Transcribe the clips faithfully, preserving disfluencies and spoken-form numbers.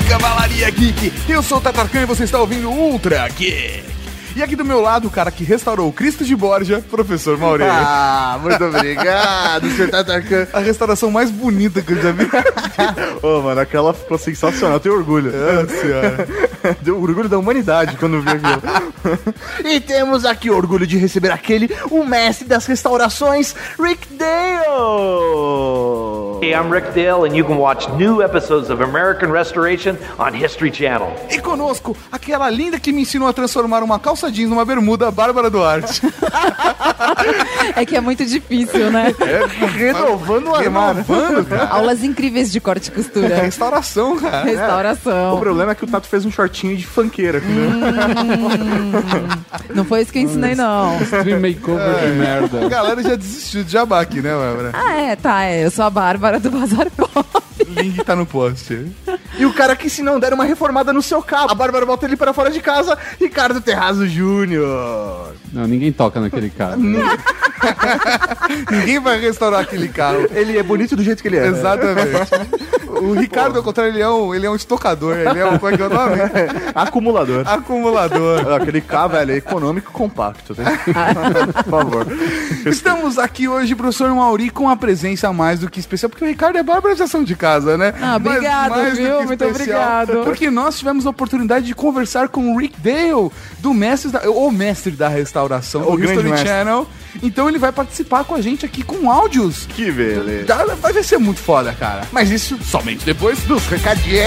Cavalaria Geek. Eu sou o Tatarkan e você está ouvindo Ultra Geek. E aqui do meu lado, o cara que restaurou o Cristo de Borja, professor Maurê. Ah, muito obrigado, senhor Tatarkan. A restauração mais bonita que eu já vi. Ô, oh, mano, aquela ficou sensacional, eu tenho orgulho. É, senhora. Deu orgulho da humanidade quando vi aquilo. E temos aqui o orgulho de receber aquele, o mestre das restaurações, Rick Dale. Hey, I'm Rick Dale and you can watch new episodes of American Restoration on History Channel. E conosco, aquela linda que me ensinou a transformar uma calça jeans numa bermuda, Bárbara Duarte. É que é muito difícil, né? É, renovando o armário. Renovando, cara. Aulas incríveis de corte e costura. Restauração, cara. Restauração. O problema é que o Tato fez um shortinho de funkeira. Hum, não foi isso que eu ensinei, não. Stream makeover de merda. A galera já desistiu de jabá aqui, né, Bárbara? Ah, é, tá, é. Eu sou a Bárbara do Bazar Pop. O link tá no post. E o cara que, se não der uma reformada no seu carro, a Bárbara bota ele para fora de casa, Ricardo Terrazzo Júnior. Não, ninguém toca naquele cara. Ninguém vai restaurar aquele carro. Ele é bonito do jeito que ele é. Exatamente. O Ricardo, ao contrário, ele é um, ele é um estocador. Ele é um, como é que é o nome? Acumulador. Acumulador. Aquele carro, velho, é econômico e compacto. Né? Por favor. Estamos aqui hoje, professor Mauri, com a presença mais do que especial, porque o Ricardo e a Bárbara já são de casa, né? Ah, obrigado, Mas, mais viu? do que Muito especial, obrigado. Porque nós tivemos a oportunidade de conversar com o Rick Dale, do mestre da, o mestre da restauração, O do grande History mestre. Channel. Então ele vai participar com a gente aqui com áudios. Que beleza. Tá, vai ser muito foda, cara. Mas isso Somente depois dos recadinhos.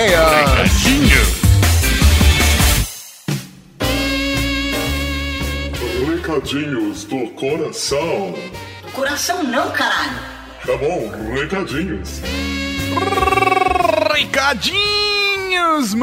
Recadinhos do coração. Coração não, caralho. Tá bom, recadinhos. Recadinhos,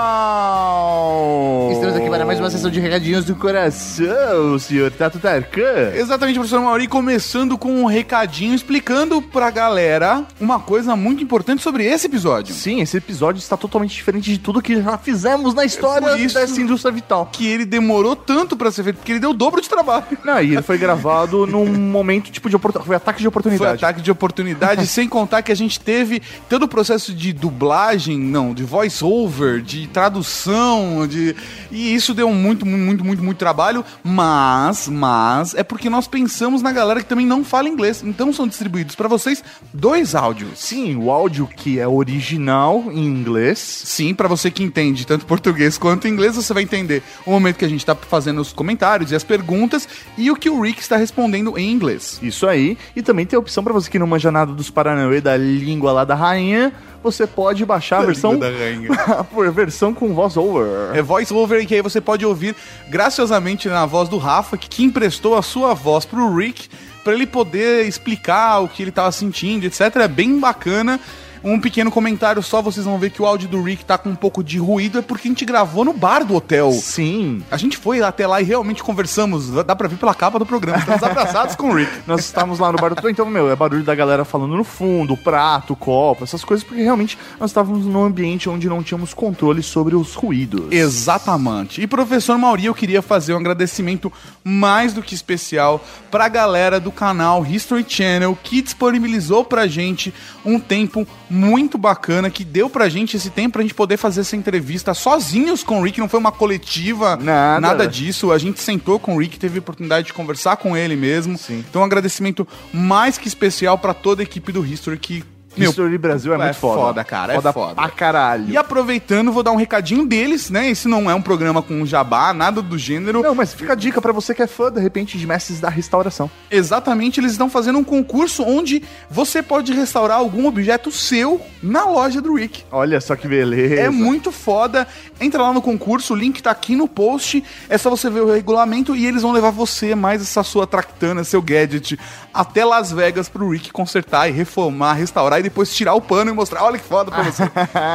mal! Estamos aqui para mais uma sessão de recadinhos do coração, senhor Tato Tarkan. Exatamente, professor Mauri, começando com um recadinho explicando pra galera uma coisa muito importante sobre esse episódio. Sim, esse episódio está totalmente diferente de tudo que já fizemos na história por isso dessa indústria vital. Que ele demorou tanto pra ser feito, porque ele deu o dobro de trabalho. Não, e ele foi gravado num momento tipo de oportunidade. Foi ataque de oportunidade. Foi ataque de oportunidade, sem contar que a gente teve todo o processo de dublagem, não, de voice-over, de tradução, de... E isso deu muito, muito, muito, muito trabalho, mas, mas, é porque nós pensamos na galera que também não fala inglês. Então são distribuídos pra vocês dois áudios. Sim, o áudio que é original em inglês. Sim, pra você que entende tanto português quanto inglês, você vai entender o momento que a gente tá fazendo os comentários e as perguntas e o que o Rick está respondendo em inglês. Isso aí. E também tem a opção pra você que não manja nada dos Paranauê da língua lá da rainha. Você pode baixar a versão Da rainha. por versão com voice-over. É voice-over, que aí você pode ouvir graciosamente na voz do Rafa, que, que emprestou a sua voz pro Rick, pra ele poder explicar o que ele tava sentindo, etcétera. É bem bacana. Um pequeno comentário só, vocês vão ver que o áudio do Rick tá com um pouco de ruído, é porque a gente gravou no bar do hotel. Sim. A gente foi até lá e realmente conversamos, dá pra ver pela capa do programa, estamos abraçados com o Rick. Nós estávamos lá no bar do hotel, então, meu, é barulho da galera falando no fundo, prato, copo, essas coisas, porque realmente nós estávamos num ambiente onde não tínhamos controle sobre os ruídos. Exatamente. E professor Mauri, eu queria fazer um agradecimento mais do que especial pra galera do canal History Channel, que disponibilizou pra gente um tempo muito bacana, que deu pra gente esse tempo pra gente poder fazer essa entrevista sozinhos com o Rick, não foi uma coletiva, nada, nada disso. A gente sentou com o Rick, teve a oportunidade de conversar com ele mesmo. Sim. Então um agradecimento mais que especial pra toda a equipe do History, que meu, History Brasil é, é muito foda. foda, cara, foda é foda. pra caralho. E aproveitando, vou dar um recadinho deles, né? Esse não é um programa com jabá, nada do gênero. Não, mas fica a dica pra você que é fã, de repente, de mestres da restauração. Exatamente, eles estão fazendo um concurso onde você pode restaurar algum objeto seu na loja do Rick. Olha só que beleza. É muito foda. Entra lá no concurso, o link tá aqui no post. É só você ver o regulamento e eles vão levar você, mais essa sua tractana, seu gadget, até Las Vegas pro Rick consertar e reformar, restaurar e depois tirar o pano e mostrar. Olha que foda pra você.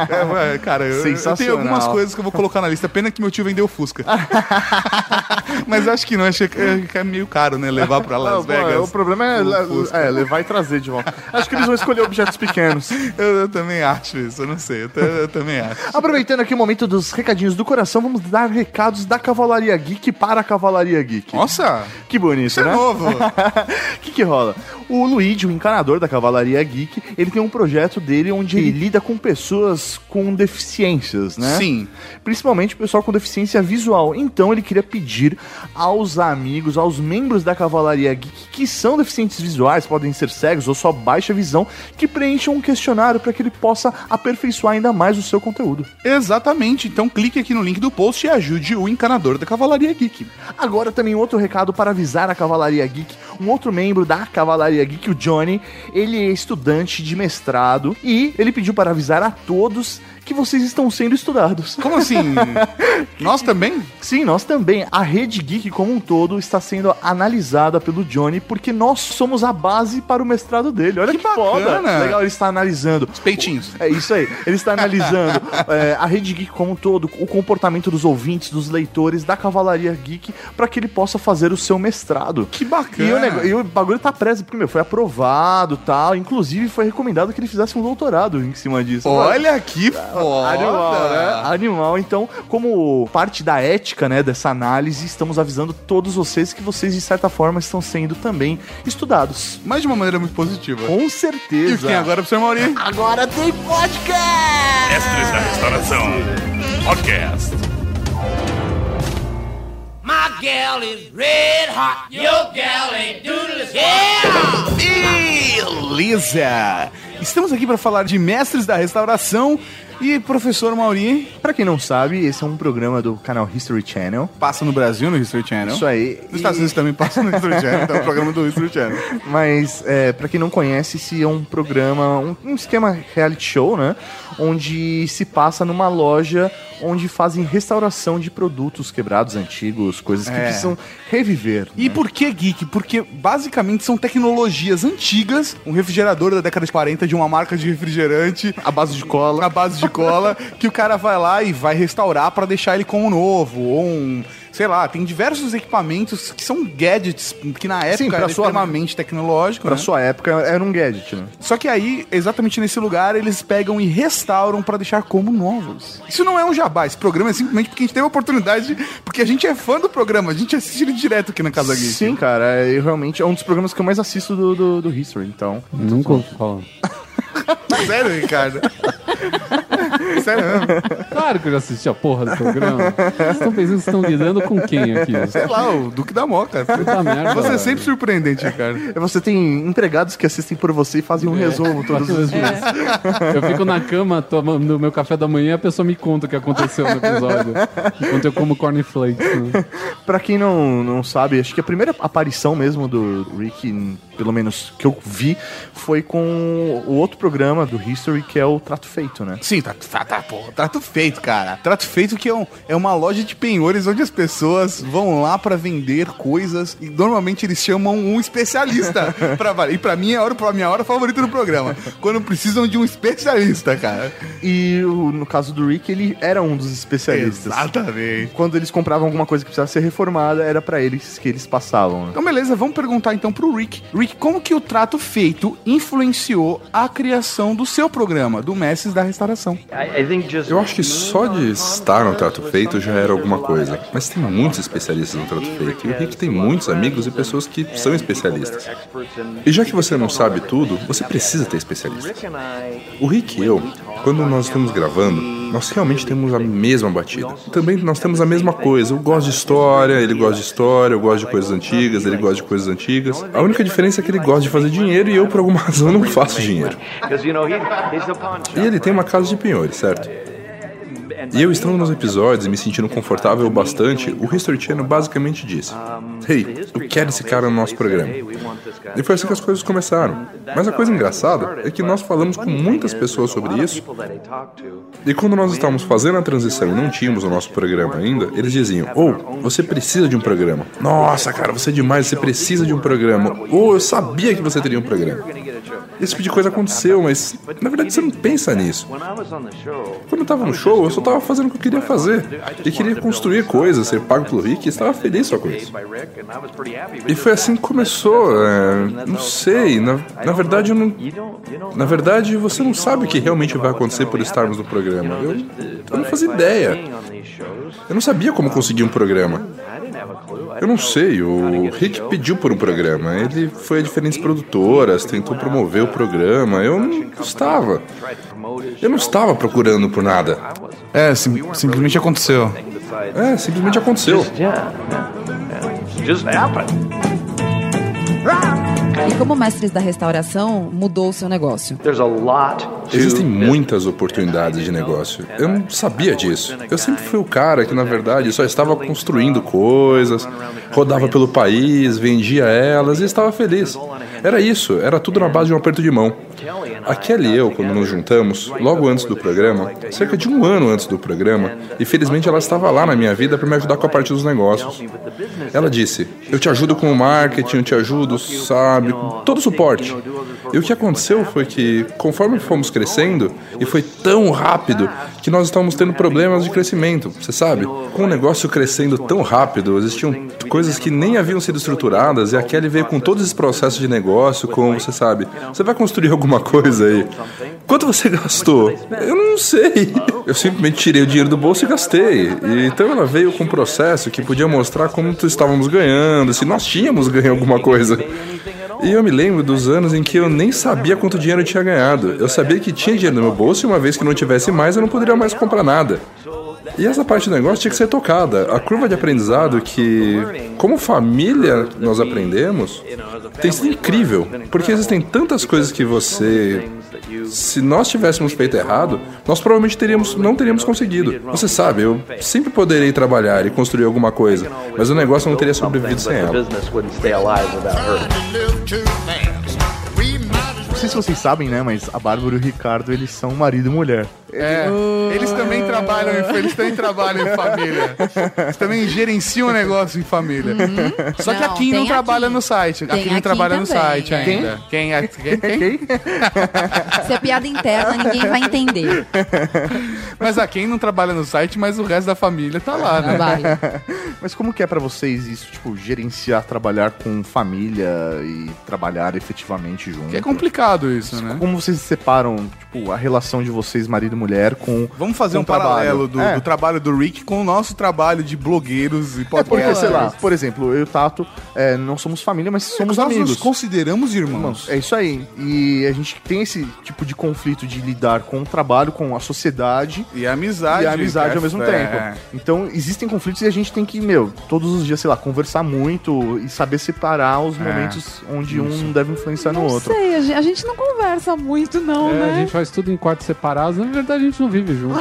é, cara, eu, eu tenho algumas coisas que eu vou colocar na lista. Pena que meu tio vendeu o Fusca. Mas eu acho que não, acho que é, que é meio caro, né? Levar pra Las não, Vegas. Pô, o problema é, o é levar e trazer de volta. Acho que eles vão escolher objetos pequenos. Eu, eu também acho isso, eu não sei. Eu, eu também acho. Aproveitando aqui o momento dos recadinhos do coração, vamos dar recados da Cavalaria Geek para a Cavalaria Geek. Nossa! Que bonito, Isso né? é novo. O que que rola? O Luigi, o encanador da Cavalaria Geek, ele tem um projeto dele onde ele lida com pessoas com deficiências, né? Sim. Principalmente o pessoal com deficiência visual. Então ele queria pedir aos amigos, aos membros da Cavalaria Geek que são deficientes visuais, podem ser cegos ou só baixa visão, que preencham um questionário para que ele possa aperfeiçoar ainda mais o seu conteúdo. Exatamente. Então clique aqui no link do post e ajude o encanador da Cavalaria Geek. Agora também outro recado para avisar a Cavalaria Geek. Um outro membro da Cavalaria Geek, o Johnny, ele é estudante de mestrado e ele pediu para avisar a todos que vocês estão sendo estudados. Como assim? Nós também? Sim, nós também. A Rede Geek como um todo está sendo analisada pelo Johnny porque nós somos a base para o mestrado dele. Olha que, Que foda. bacana. Legal, ele está analisando. Os peitinhos. É isso aí. Ele está analisando é, a Rede Geek como um todo, o comportamento dos ouvintes, dos leitores, da Cavalaria Geek, para que ele possa fazer o seu mestrado. Que bacana. E o, nego- e o bagulho tá preso, porque, meu, foi aprovado e tal. Inclusive, foi recomendado que ele fizesse um doutorado em cima disso. Olha que foda. Animal, né? Animal. Então, como parte da ética, né, dessa análise, estamos avisando todos vocês que vocês, de certa forma, estão sendo também estudados. Mas de uma maneira muito positiva. Com E certeza. o que tem agora pro senhor Mauri? Agora tem podcast! Mestres da Restauração. Podcast. My gal is red hot. Your gal ain't doodle yeah! Beleza! Estamos aqui para falar de Mestres da Restauração e professor Mauri. Pra quem não sabe, esse é um programa do canal History Channel. Passa no Brasil, no History Channel. Isso aí. Nos Estados Unidos também passa no History Channel, então é o programa do History Channel. Mas, é, pra quem não conhece, esse é um programa, um, um esquema reality show, né? Onde se passa numa loja onde fazem restauração de produtos quebrados, antigos, coisas que É. precisam reviver. E por que geek? Porque basicamente são tecnologias antigas, um refrigerador da década de quarenta de uma marca de refrigerante A base de cola. a base de cola, que o cara vai lá e vai restaurar pra deixar ele como novo, ou um, sei lá, tem diversos equipamentos que são gadgets, que na época Sim, pra era sua- extremamente tecnológico, Pra né? sua época era um gadget, né? Só que aí, exatamente nesse lugar, eles pegam e restauram pra deixar como novos. Isso não é um jabá, esse programa é simplesmente porque a gente teve a oportunidade, porque a gente é fã do programa, a gente assiste ele direto aqui na Casa Geek. Sim, cara, eu realmente é um dos programas que eu mais assisto do, do, do History, então. Nunca ouvi falar. Sério, Ricardo? Sério mesmo? Claro que eu já assisti a porra do programa. Vocês estão pensando que vocês estão lidando com quem aqui? Sei lá, o Duque da Moca. Puta merda. Você é velho. sempre surpreendente, Ricardo. Você tem empregados que assistem por você e fazem um resumo todos os dias. Eu fico na cama tomando meu café da manhã e a pessoa me conta o que aconteceu no episódio. Enquanto eu como cornflakes. Né? Pra quem não, não sabe, acho que a primeira aparição mesmo do Rick, pelo menos que eu vi, foi com o outro programa do History, que é o Trato Feito, né? Sim, tá, tá, tá, pô, trato feito, cara. Trato feito que é, um, é uma loja de penhores onde as pessoas vão lá pra vender coisas e normalmente eles chamam um especialista pra, e pra mim é a, hora, a minha hora favorita do programa, quando precisam de um especialista, cara. E o- no caso do Rick, ele era um dos especialistas. Exatamente. Quando eles compravam alguma coisa que precisava ser reformada, era pra eles que eles passavam. Né? Então beleza, vamos perguntar então pro Rick. Rick, como que o Trato Feito influenciou a criação do seu programa, do Mestres da Restauração? I, I think just Eu acho que só de estar no Trato Feito já era alguma coisa. Mas tem muitos especialistas no Trato Feito. E o Rick tem muitos amigos e pessoas que são especialistas. E já que você não sabe tudo, você precisa ter especialista. O Rick e eu, quando nós estamos gravando, nós realmente temos a mesma batida. Também nós temos a mesma coisa. Eu gosto de história, ele gosta de história, eu gosto de coisas antigas, ele gosta de coisas antigas. A única diferença é que ele gosta de fazer dinheiro e eu, por alguma razão, não faço dinheiro. because you know he, he's a pawn shop. E ele tem uma casa de penhores, certo? E eu estando nos episódios e me sentindo confortável bastante, o History Channel basicamente disse: Hey, eu quero esse cara no nosso programa. E foi assim que as coisas começaram. Mas a coisa engraçada é que nós falamos com muitas pessoas sobre isso. E quando nós estávamos fazendo a transição e não tínhamos o nosso programa ainda, eles diziam: Oh, você precisa de um programa. Nossa, cara, você é demais, você precisa de um programa. Ou eu sabia que você teria um programa. Esse tipo de coisa aconteceu, mas na verdade você não pensa nisso. Quando eu tava no show, eu só tava fazendo o que eu queria fazer. E queria construir coisas, ser pago pelo Rick, e estava feliz só com isso. E foi assim que começou. É, não sei, na, na verdade eu não. Na verdade, você não sabe o que realmente vai acontecer por estarmos no programa. Eu, eu não fazia ideia. Eu não sabia como conseguir um programa. Eu não sei, o Rick pediu por um programa. Ele foi a diferentes produtoras, tentou promover o programa. Eu não estava. Eu não estava procurando por nada. É, sim, simplesmente aconteceu. É, simplesmente aconteceu. Just happened. E como mestres da restauração, mudou o seu negócio? There's a lot. Existem muitas oportunidades de negócio. Eu não sabia disso. Eu sempre fui o cara que, na verdade, só estava construindo coisas, rodava pelo país, vendia elas e estava feliz. Era isso, era tudo na base de um aperto de mão. A Kelly e eu, quando nos juntamos, logo antes do programa, cerca de um ano antes do programa, e felizmente ela estava lá na minha vida para me ajudar com a parte dos negócios. Ela disse, eu te ajudo com o marketing, eu te ajudo, sabe, com todo o suporte. E o que aconteceu foi que, conforme fomos crescendo, e foi tão rápido, que nós estávamos tendo problemas de crescimento, você sabe? Com o negócio crescendo tão rápido, existiam coisas que nem haviam sido estruturadas, e a Kelly veio com todos esses processos de negócio, como você sabe, você vai construir alguma coisa aí. Quanto você gastou? Eu não sei. Eu simplesmente tirei o dinheiro do bolso e gastei. E então ela veio com um processo que podia mostrar como estávamos ganhando, se nós tínhamos ganho alguma coisa. E eu me lembro dos anos em que eu nem sabia quanto dinheiro eu tinha ganhado. Eu sabia que tinha dinheiro no meu bolso e uma vez que não tivesse mais, eu não poderia mais comprar nada. E essa parte do negócio tinha que ser tocada. A curva de aprendizado que, como família, nós aprendemos, tem sido incrível. Porque existem tantas coisas que você... Se nós tivéssemos feito errado, nós provavelmente teríamos, não teríamos conseguido. Você sabe, eu sempre poderei trabalhar e construir alguma coisa, mas o negócio não teria sobrevivido sem ela. Não sei se vocês sabem, né, mas a Bárbara e o Ricardo, eles são marido e mulher. É, eles também trabalham em, eles também trabalham em família. Eles também gerenciam o negócio em família. Uhum. Só que Não, a Kim não tem trabalha aqui. no site. Tem A Kim não aqui trabalha no também, site é. ainda. Quem? Quem? Quem? Quem? Quem? Se é piada interna, ninguém vai entender. Mas a Kim não trabalha no site, mas o resto da família tá lá, né? Trabalha. Mas como que é pra vocês isso, tipo, gerenciar, trabalhar com família e trabalhar efetivamente junto? Que é complicado isso, né? Como vocês separam, tipo, a relação de vocês, marido e mulher, com Vamos fazer com um o trabalho? paralelo do, É. do trabalho do Rick com o nosso trabalho de blogueiros e É porque, podcasters. sei lá, por exemplo, eu e o Tato é, não somos família, mas somos Nós amigos. nos consideramos irmãos. Irmãos, é isso aí. E a gente tem esse tipo de conflito de lidar com o trabalho, com a sociedade E a amizade. e a amizade é, ao mesmo é. tempo. Então, existem conflitos e a gente tem que, meu, todos os dias, sei lá, conversar muito e saber separar os É. momentos onde um deve influenciar no Não outro. sei, a gente, a gente não conversa muito, não, É, né? a gente faz tudo em quartos separados. Na verdade, a gente não vive junto.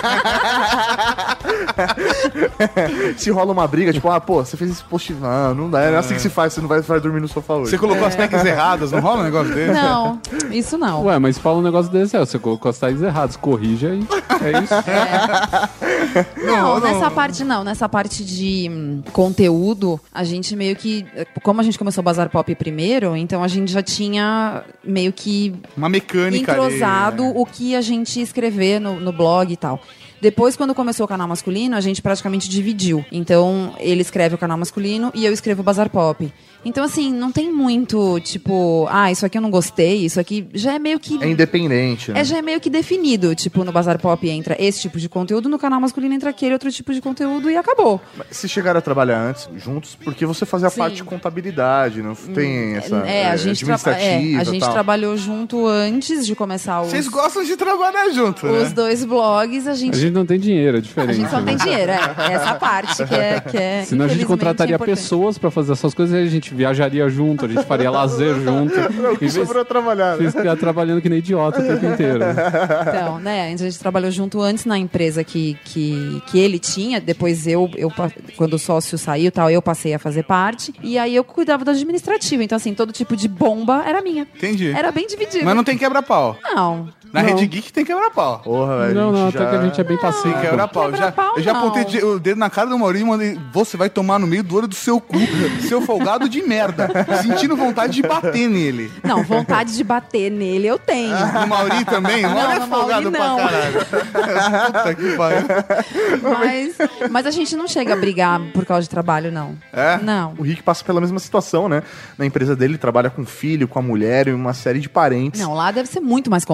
Se rola uma briga, tipo, ah, pô, você fez esse post. Ah, não dá, é assim que se faz, você não vai, vai dormir no sofá hoje. Você colocou as tags erradas, não rola um negócio desse? Não, isso não. Ué, mas fala um negócio desse, é, você colocou as tags erradas, corrija aí. É isso. Não, nessa parte não. Nessa parte de hum, conteúdo, a gente meio que... Como a gente começou o Bazar Pop primeiro, então a gente já tinha meio que Uma mecânica entrosado ali, né? o que a gente ia escrever no, no blog e tal. Depois, quando começou o canal masculino, a gente praticamente dividiu. Então, ele escreve o canal masculino e eu escrevo o Bazar Pop. Então, assim, não tem muito, tipo, ah, isso aqui eu não gostei, isso aqui já é meio que... É independente, né? É, já é meio que definido. Tipo, no Bazar Pop entra esse tipo de conteúdo, no canal masculino entra aquele outro tipo de conteúdo e acabou. Se chegaram a trabalhar antes, juntos, porque você fazia Sim. parte de contabilidade, não tem essa é, a gente, tra- administrativa é, a gente tal. trabalhou junto antes de começar os, Vocês gostam de trabalhar junto, né? os dois blogs. A gente, A gente não tem dinheiro, é a diferente. gente não né? tem dinheiro, é. Essa parte que é, que é Senão a gente infelizmente, contrataria é importante. pessoas pra fazer essas coisas e a gente viajaria junto, a gente faria lazer junto. Não, o que Em vez sobrou trabalhar, de né? ficar trabalhando que nem idiota o tempo inteiro. Então, né, a gente trabalhou junto antes na empresa que, que, que ele tinha, depois eu, eu, quando o sócio saiu e tal, eu passei a fazer parte, e aí eu cuidava do administrativo, então assim, todo tipo de bomba era minha. Entendi. Era bem dividido. Mas não tem quebra-pau. Não. Na Não. Rede Geek tem quebra-pau. Porra, velho, Não, a não, gente até já... que a gente é bem passivo. Tem quebra-pau. Já, quebra-pau, eu já não. apontei o dedo na cara do Maurinho e mandei, você vai tomar no meio do olho do seu cu, seu folgado de merda. Sentindo vontade de bater nele. Não, vontade de bater nele eu tenho. No Maurinho também? O Maurinho no é folgado Maurinho, não. pra caralho. Puta que pariu. Mas, mas a gente não chega a brigar por causa de trabalho, não. É? Não. O Rick passa pela mesma situação, né? Na empresa dele, ele trabalha com o filho, com a mulher e uma série de parentes. Não, lá deve ser muito mais complicado.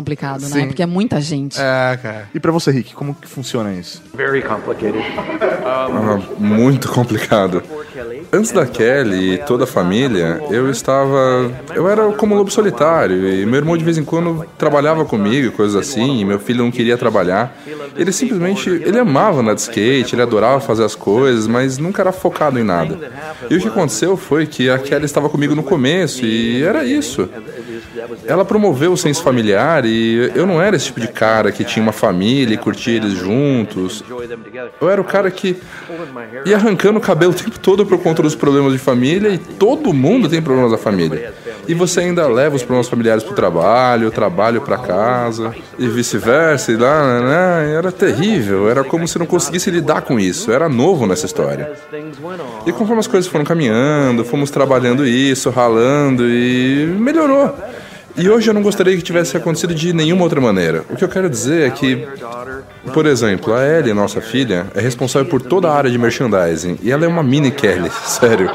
complicado, Sim. né? Porque é muita gente. É, cara. E pra você, Rick, como que funciona isso? Very complicated. Ah, muito complicado. Antes da Kelly e toda a família, eu estava... Eu era como lobo solitário, e meu irmão de vez em quando trabalhava comigo, coisas assim, e meu filho não queria trabalhar. Ele simplesmente... Ele amava andar de skate, ele adorava fazer as coisas, mas nunca era focado em nada. E o que aconteceu foi que a Kelly estava comigo no começo, e era isso. Ela promoveu o senso familiar, e eu não era esse tipo de cara que tinha uma família e curtia eles juntos. Eu era o cara que ia arrancando o cabelo o tempo todo por conta dos problemas de família, e todo mundo tem problemas da família. E você ainda leva os problemas familiares pro trabalho, o trabalho pra casa, e vice-versa, e lá, né? Era terrível, era como se não conseguisse lidar com isso, eu era novo nessa história. E conforme as coisas foram caminhando, fomos trabalhando isso, ralando, e melhorou. E hoje eu não gostaria que tivesse acontecido de nenhuma outra maneira. O que eu quero dizer é que, por exemplo, a Ellie, nossa filha, é responsável por toda a área de merchandising. E ela é uma mini Kelly, sério.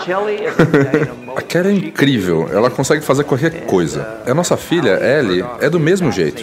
A Kelly é incrível, ela consegue fazer qualquer coisa. A nossa filha, Ellie, é do mesmo jeito.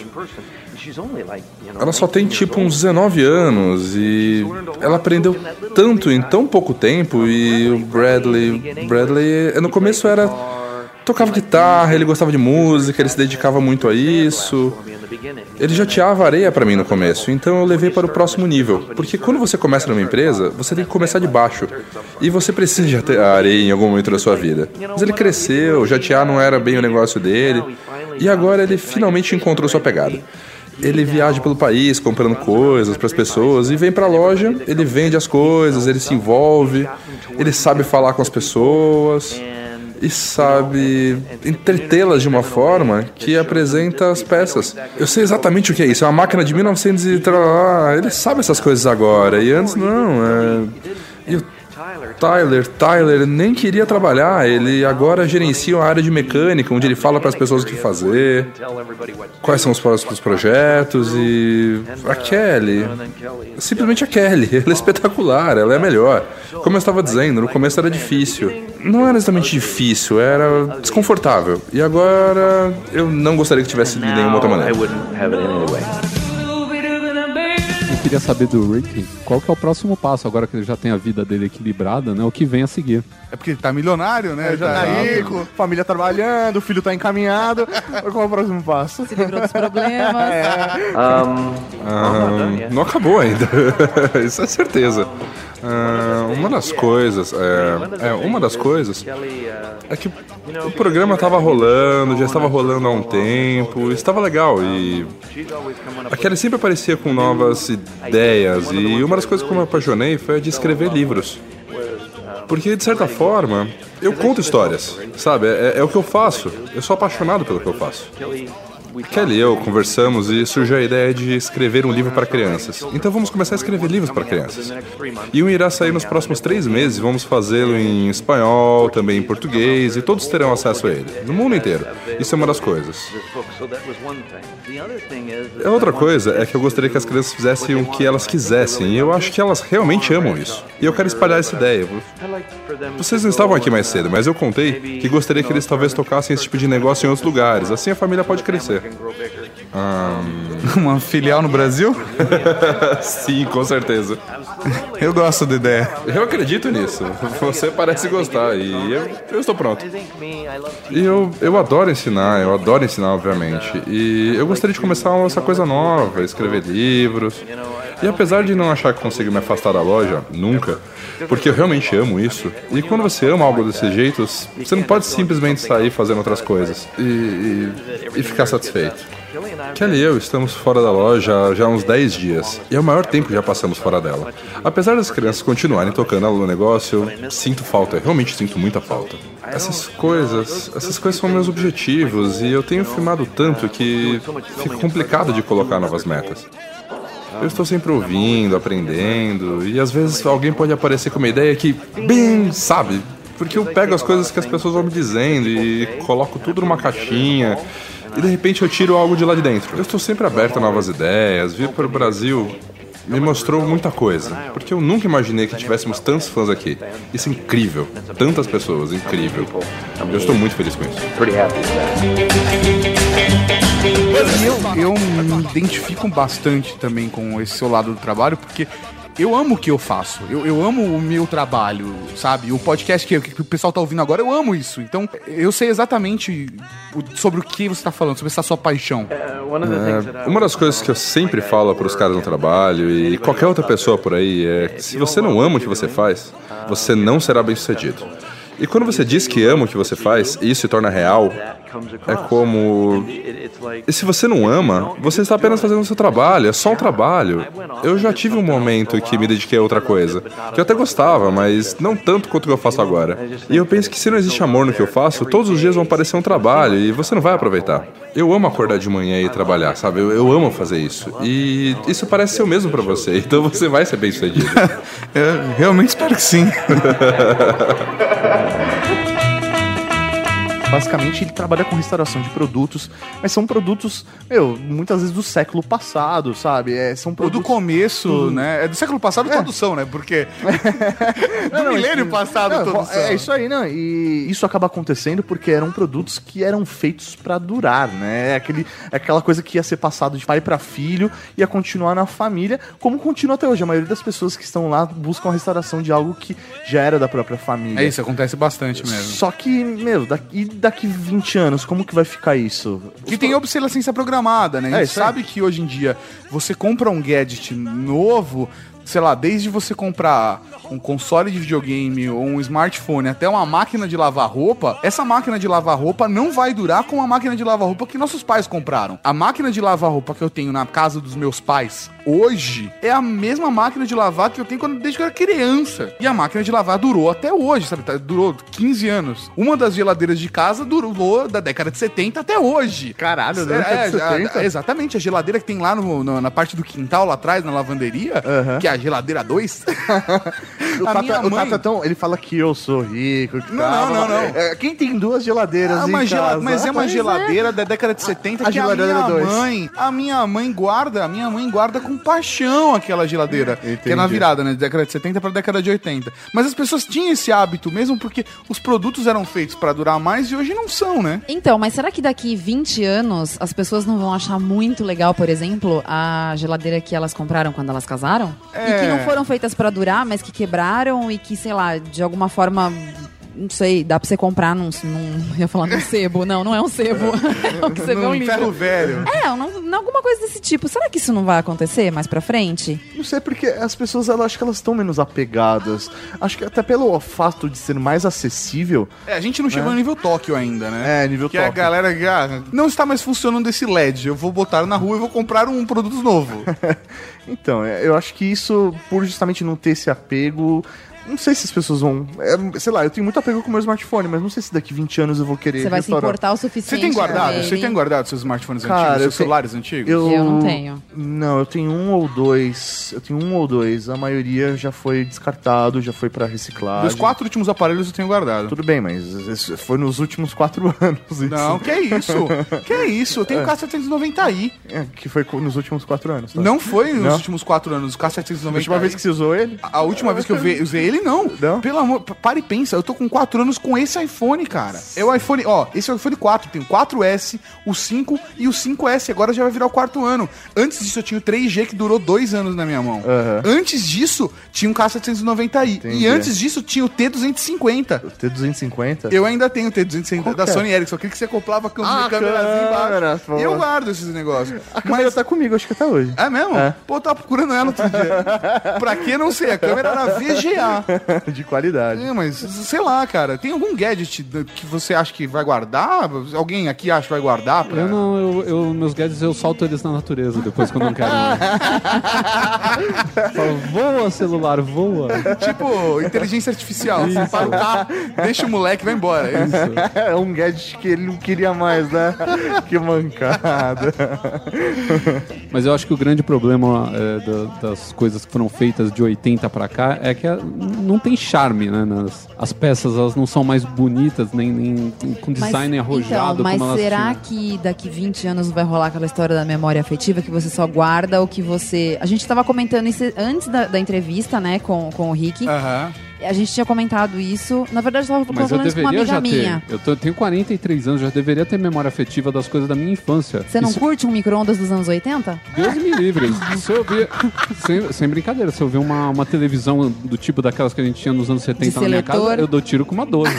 Ela só tem tipo uns dezenove anos e ela aprendeu tanto em tão pouco tempo. E o Bradley, Bradley, no começo era... tocava guitarra, ele gostava de música, ele se dedicava muito a isso. Ele jateava areia pra mim no começo, então eu levei para o próximo nível. Porque quando você começa numa empresa, você tem que começar de baixo. E você precisa jatear areia em algum momento da sua vida. Mas ele cresceu, jatear não era bem o negócio dele. E agora ele finalmente encontrou sua pegada. Ele viaja pelo país comprando coisas para as pessoas e vem para a loja, ele vende as coisas, ele se envolve, ele sabe falar com as pessoas e sabe entretê-las de uma forma que apresenta as peças. Eu sei exatamente o que é isso, é uma máquina de mil e novecentos e... Ele sabe essas coisas agora, e antes não. É... E o Tyler, Tyler nem queria trabalhar, ele agora gerencia a área de mecânica, onde ele fala para as pessoas o que fazer, quais são os próximos projetos, e a Kelly, simplesmente a Kelly, ela é espetacular, ela é a melhor. Como eu estava dizendo, no começo era difícil, não era exatamente difícil, era desconfortável, e agora eu não gostaria que tivesse de nenhuma outra maneira. Eu queria saber do Rick, qual que é o próximo passo, agora que ele já tem a vida dele equilibrada, né? O que vem a seguir. É porque ele tá milionário, né? É, já tá rico, família trabalhando, o filho tá encaminhado. Qual é o próximo passo? Se livrou dos problemas. É. Um, Ah, não acabou ainda, isso é certeza. Ah, uma das coisas, é, é, uma das coisas é que o programa estava rolando, já estava rolando há um tempo, estava legal e a Kelly sempre aparecia com novas ideias e uma das coisas que eu me apaixonei foi a de escrever livros. Porque, de certa forma, eu conto histórias, sabe? É, é o que eu faço, eu sou apaixonado pelo que eu faço. Kelly e eu conversamos e surgiu a ideia de escrever um livro para crianças. Então vamos começar a escrever livros para crianças. E um irá sair nos próximos três meses, vamos fazê-lo em espanhol, também em português, e todos terão acesso a ele, no mundo inteiro. Isso é uma das coisas. A outra coisa é que eu gostaria que as crianças fizessem o que elas quisessem, e eu acho que elas realmente amam isso. E eu quero espalhar essa ideia. Vocês não estavam aqui mais cedo, mas eu contei que gostaria que eles talvez tocassem esse tipo de negócio em outros lugares, assim a família pode crescer. Um... Uma filial no Brasil? Sim, com certeza. Eu gosto da ideia. Eu acredito nisso. Você parece gostar e eu, eu estou pronto. E eu, eu adoro ensinar, eu adoro ensinar, obviamente. E eu gostaria de começar essa coisa nova, escrever livros. E apesar de não achar que consigo me afastar da loja, nunca, porque eu realmente amo isso. E quando você ama algo desse jeito, você não pode simplesmente sair fazendo outras coisas e, e, e ficar satisfeito. Kelly e eu estamos fora da loja já há uns dez dias, e é o maior tempo que já passamos fora dela. Apesar das crianças continuarem tocando no negócio, eu sinto falta, eu realmente sinto muita falta. Essas coisas, essas coisas são meus objetivos, e eu tenho filmado tanto que fica complicado de colocar novas metas. Eu estou sempre ouvindo, aprendendo, e às vezes alguém pode aparecer com uma ideia que, bem, sabe? Porque eu pego as coisas que as pessoas vão me dizendo e coloco tudo numa caixinha, e de repente eu tiro algo de lá de dentro. Eu estou sempre aberto a novas ideias, vir para o Brasil me mostrou muita coisa, porque eu nunca imaginei que tivéssemos tantos fãs aqui. Isso é incrível, tantas pessoas, incrível. Eu estou muito feliz com isso. Pretty happy with that. E eu, eu me identifico bastante também com esse seu lado do trabalho, porque eu amo o que eu faço, eu, eu amo o meu trabalho, sabe? O podcast que, que o pessoal tá ouvindo agora, eu amo isso. Então, eu sei exatamente sobre o que você tá falando, sobre essa sua paixão. É, uma das coisas que eu sempre falo para os caras no trabalho e qualquer outra pessoa por aí é que se você não ama o que você faz, você não será bem sucedido. E quando você diz que ama o que você faz e isso se torna real, é como... E se você não ama, você está apenas fazendo o seu trabalho, é só um trabalho. Eu já tive um momento que me dediquei a outra coisa, que eu até gostava, mas não tanto quanto eu faço agora. E eu penso que se não existe amor no que eu faço, todos os dias vão parecer um trabalho e você não vai aproveitar. Eu amo acordar de manhã e trabalhar, sabe? Eu, eu amo fazer isso. E isso parece ser o mesmo pra você, então você vai ser bem sucedido. Eu realmente espero que sim. Basicamente, ele trabalha com restauração de produtos, mas são produtos, meu, muitas vezes do século passado, sabe? É, são produtos... Ou do começo, Tudo. né? É do século passado, É. todos são, né? Porque do Não, não, milênio isso- passado, não, todos são. É isso aí, não. E isso acaba acontecendo porque eram produtos que eram feitos pra durar, né? É Aquele, é aquela coisa que ia ser passado de pai pra filho, ia continuar na família, como continua até hoje. A maioria das pessoas que estão lá buscam a restauração de algo que já era da própria família. É isso, acontece bastante mesmo. Só que, meu, daqui, daqui vinte anos, como que vai ficar isso? Que tem obsolescência programada, né? A É, gente isso aí. sabe que hoje em dia você compra um gadget novo, sei lá, desde você comprar um console de videogame ou um smartphone até uma máquina de lavar roupa, essa máquina de lavar roupa não vai durar com a máquina de lavar roupa que nossos pais compraram. A máquina de lavar roupa que eu tenho na casa dos meus pais hoje é a mesma máquina de lavar que eu tenho quando, desde que eu era criança. E a máquina de lavar durou até hoje, sabe? Tá- Durou quinze anos. Uma das geladeiras de casa durou da década de setenta até hoje. Caralho, É, né? é, a- a- exatamente, a geladeira que tem lá no- no- na parte do quintal, lá atrás, na lavanderia, Aham. que é a geladeira dois. O A Tata, minha o mãe- Tata tão, ele fala que eu sou rico. Que Não, tal, não, não, não. É, quem tem duas geladeiras Ah, em mas, gela- casa? mas é uma Pois geladeira da década de setenta A que a geladeira minha dois. mãe, a minha mãe guarda, a minha mãe guarda com paixão aquela geladeira, que é na Entendi. virada, né, da década de setenta para década de oitenta. Mas as pessoas tinham esse hábito mesmo porque os produtos eram feitos para durar mais e hoje não são, né? Então, mas será que daqui vinte anos as pessoas não vão achar muito legal, por exemplo, a geladeira que elas compraram quando elas casaram? É. E que não foram feitas pra durar, mas que quebraram e que, sei lá, de alguma forma, não sei, dá pra você comprar num, num eu ia falar num sebo. Não, não é um sebo. É o que você vê um Num ferro livro. velho. É, não, alguma coisa desse tipo. Será que isso não vai acontecer mais pra frente? Não sei, porque as pessoas, elas, acho que elas estão menos apegadas. Acho que até pelo fato de ser mais acessível. É, a gente não chegou no nível Tóquio ainda, né? É, nível Que é a Tóquio. galera que ah, não está mais funcionando esse L E D. Eu vou botar na rua e vou comprar um produto novo. Então, é, eu acho que isso, por justamente não ter esse apego... Não sei se as pessoas vão... é, sei lá, eu tenho muito apego com o meu smartphone, mas não sei se daqui vinte anos eu vou querer Você vai se restaurar. importar o Você suficiente tem guardado? pra Você ele? tem guardado seus smartphones Cara, antigos, eu seus tenho- celulares antigos? Eu... Eu não tenho. Não, eu tenho um ou dois. Eu tenho um ou dois. A maioria já foi descartado, já foi pra reciclagem. Meus quatro últimos aparelhos eu tenho guardado. Tudo bem, mas isso foi nos últimos quatro anos. isso. Não, que isso? Que isso? Eu tenho o K setecentos e noventa i. É, que foi co- nos últimos quatro anos. Tá? Não foi nos Não? últimos quatro anos, o K setecentos e A noventa i. última vez que você usou ele? A última vez que eu ve- usei ele, não. Não? Pelo amor, p- para e pensa, eu tô com quatro anos com esse iPhone, cara. É o iPhone, ó, esse é o iPhone quatro, tem o quatro S, o cinco e o cinco S, agora já vai virar o quarto ano. Antes disso eu tinha o três G que durou dois anos na minha mão. Aham. Antes disso, tinha um K setecentos e noventa i. Entendi. E antes disso, tinha o T duzentos e cinquenta. O T duzentos e cinquenta? Eu ainda tenho o T duzentos e cinquenta Qual da que é? Sony Ericsson, aquele que você acoplava com Ah, a câmerazinha câmera, embaixo. pô. E eu guardo esses negócios. A câmera tá comigo, acho que até hoje. É mesmo? É. Pô, eu tava procurando ela outro dia. Pra que não sei? A câmera era V G A. De qualidade. É, mas sei lá, cara. Tem algum gadget que você acha que vai guardar? Alguém aqui acha que vai guardar? Pra... Eu não, eu, eu- meus gadgets eu solto eles na natureza depois que eu não quero mais. Falo, voa, celular, voa. Tipo, inteligência artificial. Você para o carro, deixa o moleque e vai embora. É isso. É um gadget que ele não queria mais, né? Que mancada. Mas eu acho que o grande problema é, da- das coisas que foram feitas de oitenta pra cá é que a- não tem charme, né? Nas, as peças, elas não são mais bonitas, nem, nem com design Mas- arrojado então, mas como elas será tinham. que daqui vinte anos vai rolar aquela história da memória afetiva que você só guarda o que você... A gente tava comentando isso antes da, da entrevista, né, com, com o Rick. Aham. A gente tinha comentado isso. Na verdade, eu tava Mas eu falando isso com uma deveria amiga já minha. ter. Eu tô- tenho quarenta e três anos, já deveria ter memória afetiva das coisas da minha infância. Você não Isso- curte um micro-ondas dos anos oitenta? Deus me livre. Se eu ver, sem, sem brincadeira, se eu ver uma, uma televisão do tipo daquelas que a gente tinha nos anos setenta De na minha seletor. casa, eu dou tiro com uma doze.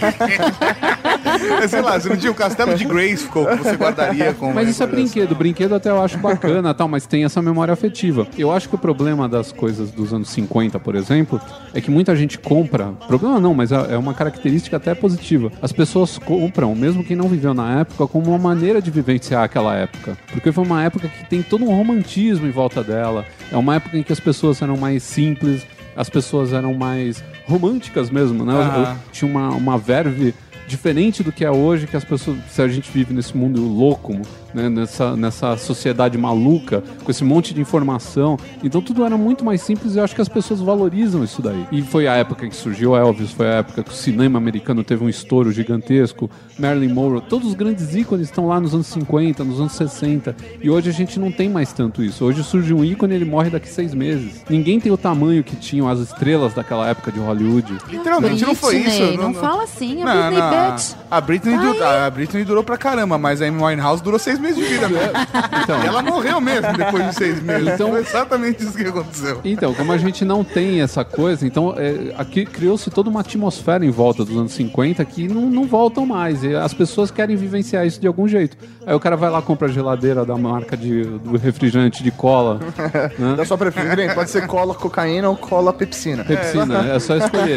Sei lá, você não tinha o castelo de Grayskull que você guardaria com... Mas isso é brinquedo. Brinquedo até eu acho bacana, tal, mas tem essa memória afetiva. Eu acho que o problema das coisas dos anos cinquenta, por exemplo, é que muita gente compra. Problema não, mas é uma característica até positiva. As pessoas compram, mesmo quem não viveu na época, como uma maneira de vivenciar aquela época. Porque foi uma época que tem todo um romantismo em volta dela. É uma época em que as pessoas eram mais simples, as pessoas eram mais românticas mesmo, né? Ah. Eu- Tinha uma, uma verve diferente do que é hoje, que as pessoas, se a gente vive nesse mundo louco, né, nessa, nessa sociedade maluca, com esse monte de informação, então tudo era muito mais simples e eu acho que as pessoas valorizam isso daí. E foi a época que surgiu Elvis, foi a época que o cinema americano teve um estouro gigantesco, Marilyn Monroe, todos os grandes ícones estão lá nos anos cinquenta, nos anos sessenta, e hoje a gente não tem mais tanto isso. Hoje surge um ícone e ele morre daqui seis meses. Ninguém tem o tamanho que tinham as estrelas daquela época de Hollywood. Literalmente não foi Britney, isso. Não, fala assim, a Não, Britney não. Bitch. A Britney, Ai. du- a Britney durou pra caramba, mas a Amy Winehouse durou seis meses de vida mesmo. Então, E ela morreu mesmo depois de seis meses. Então- Foi exatamente isso que aconteceu. Então, como a gente não tem essa coisa, então é, aqui criou-se toda uma atmosfera em volta dos anos cinquenta que não, não voltam mais. E as pessoas querem vivenciar isso de algum jeito. Aí o cara vai lá, compra a geladeira da marca de, do refrigerante de cola, né? Da sua preferência. Bem, pode ser cola cocaína ou cola pepsina. Pepsina, é só escolher.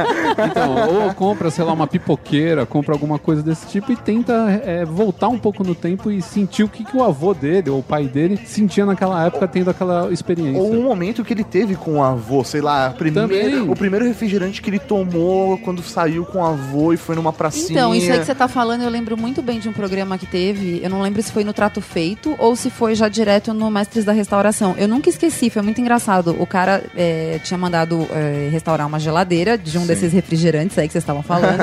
Então, ou compra, sei lá, uma pipoqueira, compra alguma coisa desse tipo e tenta é, voltar um pouco no tempo e sentir o que, que o avô dele ou o pai dele sentia naquela época tendo aquela experiência. Ou um momento que ele teve com o avô, sei lá, a primeira- Também. o primeiro refrigerante que ele tomou quando saiu com o avô e foi numa pracinha. Então, isso aí que você tá falando, eu lembro muito bem de um programa que teve, eu não lembro se foi no Trato Feito ou se foi já direto no Mestres da Restauração. Eu nunca esqueci, foi muito engraçado. O cara é, tinha mandado é, restaurar uma geladeira de um desses refrigerantes aí que vocês estavam falando.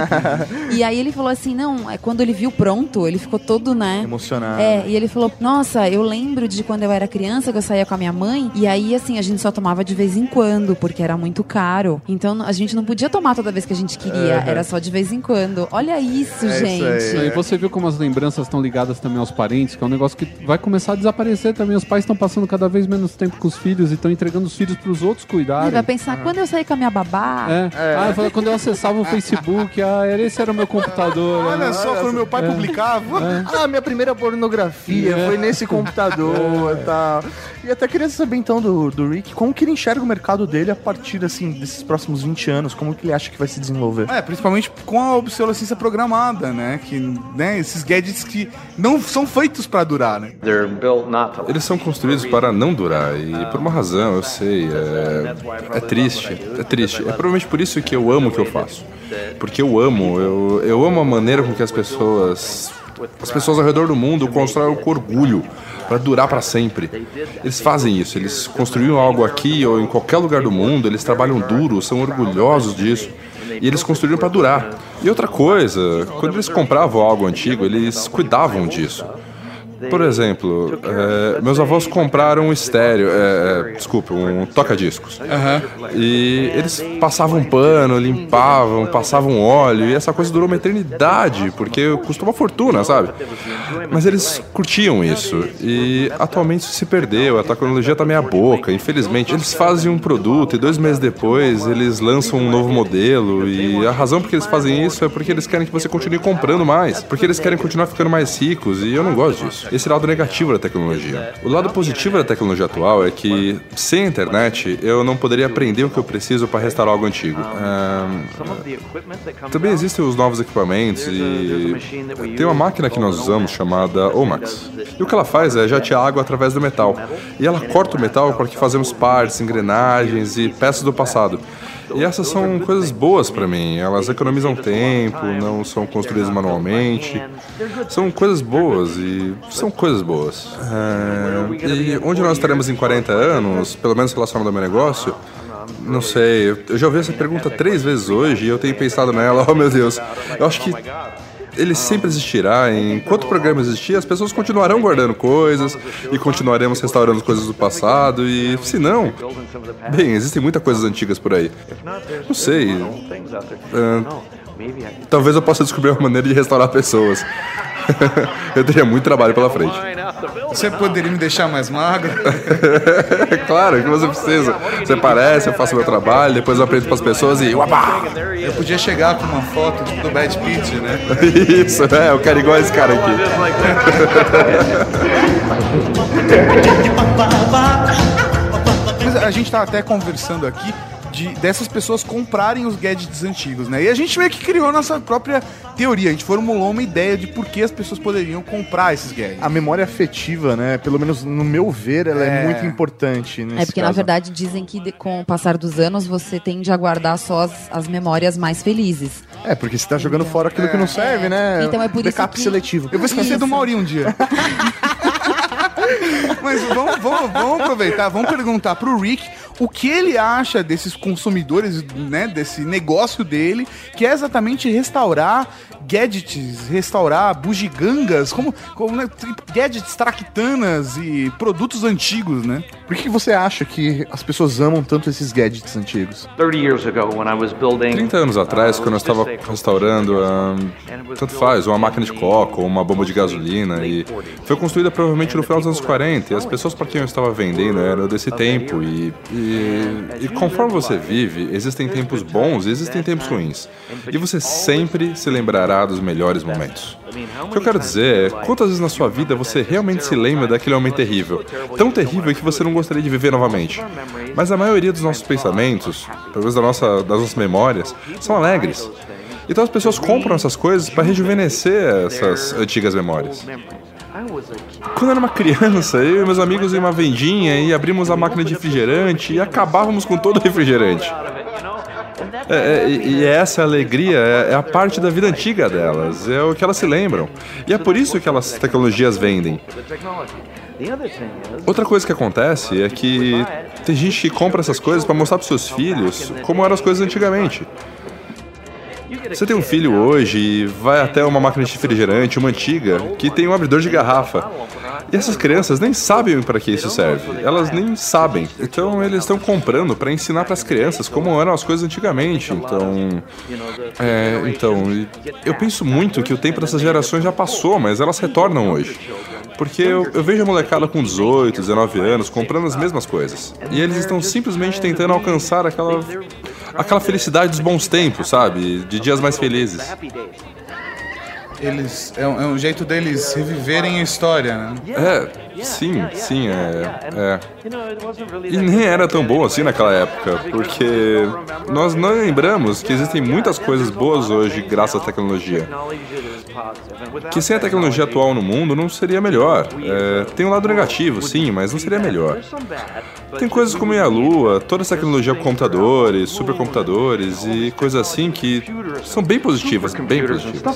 E aí ele falou assim, não, é, quando ele viu pronto, ele ficou todo, né... Emocionado. É, e ele falou, nossa, eu lembro de quando eu era criança, que eu saía com a minha mãe, e aí, assim, a gente só tomava de vez em quando, porque era muito caro. Então, a gente não podia tomar toda vez que a gente queria, Uhum. era só de vez em quando. Olha isso, É isso gente. aí. E você viu como as lembranças estão ligadas também aos parentes, que é um negócio que vai começar a desaparecer também. Os pais estão passando cada vez menos tempo com os filhos e estão entregando os filhos para os outros Ele cuidarem. vai pensar, quando eu saí com a minha babá... É. Ah, eu falei, quando eu acessava o Facebook, ah, era- esse era o meu computador. Olha né? só, quando meu pai publicava. Ah, minha primeira pornografia É. foi nesse computador e tal. E até queria saber então do, do Rick, como que ele enxerga o mercado dele a partir assim, desses próximos vinte anos, como que ele acha que vai se desenvolver? É, principalmente com a obsolescência programada, né? Que, né, esses gadgets que não são feitos pra durar, né? They're built not to Eles são construídos para não durar, e por uma razão, eu sei, é, é triste, é triste. É provavelmente por isso que eu amo o que eu faço. Porque eu amo, eu, eu amo a maneira com que as pessoas, as pessoas ao redor do mundo constroem com orgulho, para durar para sempre. Eles fazem isso, eles construíram algo aqui ou em qualquer lugar do mundo, eles trabalham duro, são orgulhosos disso. E eles construíram para durar. E outra coisa, quando eles compravam algo antigo, eles cuidavam disso. Por exemplo, é, meus avós compraram um estéreo, é, é, desculpa, um toca-discos. E eles passavam pano, limpavam, passavam óleo, e essa coisa durou uma eternidade, porque custou uma fortuna, sabe? Mas eles curtiam isso, e atualmente isso se perdeu, a tecnologia tá meia boca, infelizmente. Eles fazem um produto e dois meses depois eles lançam um novo modelo, e a razão por que eles fazem isso é porque eles querem que você continue comprando mais, porque eles querem continuar ficando mais ricos, e eu não gosto disso. Esse é o lado negativo da tecnologia. O lado positivo da tecnologia atual é que, sem a internet, eu não poderia aprender o que eu preciso para restaurar algo antigo. Ah, também existem os novos equipamentos e tem uma máquina que nós usamos chamada Omax. E o que ela faz é jatear água através do metal. E ela corta o metal para que fazemos partes, engrenagens e peças do passado. E essas são coisas boas para mim. Elas economizam tempo, não são construídas manualmente. São coisas boas e são coisas boas. É, e onde nós estaremos em quarenta anos, pelo menos relacionado ao meu negócio, não sei. Eu já ouvi essa pergunta três vezes hoje e eu tenho pensado nela. Oh, meu Deus. Eu acho que ele sempre existirá. Enquanto o programa existir, as pessoas continuarão guardando coisas e continuaremos restaurando coisas do passado. E se não, bem, existem muitas coisas antigas por aí. Não sei. Uh, talvez eu possa descobrir uma maneira de restaurar pessoas. Eu teria muito trabalho pela frente. Você poderia me deixar mais magro? Claro, o que você precisa. Você aparece, eu faço meu trabalho, depois eu apresento pras pessoas e uabá! Eu podia chegar com uma foto tipo, do Brad Pitt, né? Isso, é, eu quero igual esse cara aqui. Mas a gente tá até conversando aqui de, dessas pessoas comprarem os gadgets antigos, né? E a gente meio que criou nossa própria teoria, a gente formulou uma ideia de por que as pessoas poderiam comprar esses gadgets. A memória afetiva, né? Pelo menos no meu ver, ela é, é muito importante nesse É porque, caso. na verdade, dizem que de, com o passar dos anos, você tende a guardar só as, as memórias mais felizes. É, porque você tá jogando fora aquilo é. que não serve, né? Então é por Backup isso que... seletivo. Eu vou esquecer isso. do Mauri um dia. Mas vamos, vamos, vamos aproveitar, vamos perguntar pro Rick o que ele acha desses consumidores, né, desse negócio dele, que é exatamente restaurar gadgets, restaurar bugigangas, como, como né, gadgets traquitanas e produtos antigos, né? Por que você acha que as pessoas amam tanto esses gadgets antigos? trinta anos atrás, quando eu estava restaurando, um, tanto faz, uma máquina de coco ou uma bomba de gasolina, e foi construída provavelmente no final dos anos quarenta, e as pessoas para quem eu estava vendendo eram desse tempo, e, e, e conforme você vive, existem tempos bons e existem tempos ruins, e você sempre se lembrará dos melhores momentos. O que eu quero dizer é, quantas vezes na sua vida você realmente se lembra daquele momento terrível, tão terrível que você não gostaria de viver novamente? Mas a maioria dos nossos pensamentos, pelo menos da nossa, das nossas memórias, são alegres. Então as pessoas compram essas coisas para rejuvenescer essas antigas memórias. Quando eu era uma criança, eu e meus amigos iam em uma vendinha e abrimos a máquina de refrigerante e acabávamos com todo o refrigerante. É, é, e essa alegria é, é a parte da vida antiga delas, é o que elas se lembram. E é por isso que as tecnologias vendem. Outra coisa que acontece é que tem gente que compra essas coisas para mostrar para seus filhos como eram as coisas antigamente. Você tem um filho hoje e vai até uma máquina de refrigerante, uma antiga, que tem um abridor de garrafa. E essas crianças nem sabem para que isso serve. Elas nem sabem. Então eles estão comprando para ensinar para as crianças como eram as coisas antigamente. Então, é, então, eu penso muito que o tempo dessas gerações já passou, mas elas retornam hoje. Porque eu, eu vejo a molecada com dezoito, dezenove anos comprando as mesmas coisas. E eles estão simplesmente tentando alcançar aquela, aquela felicidade dos bons tempos, sabe? De dias mais felizes. Eles, é, um, é um jeito deles reviverem a história, né? É, sim, sim, é, é. E nem era tão bom assim naquela época, porque nós não lembramos que existem muitas coisas boas hoje graças à tecnologia. Que sem a tecnologia atual no mundo não seria melhor. É, tem um lado negativo, sim, mas não seria melhor. Tem coisas como ir à Lua, toda essa tecnologia com computadores, supercomputadores e coisas assim que são bem positivas, bem positivas.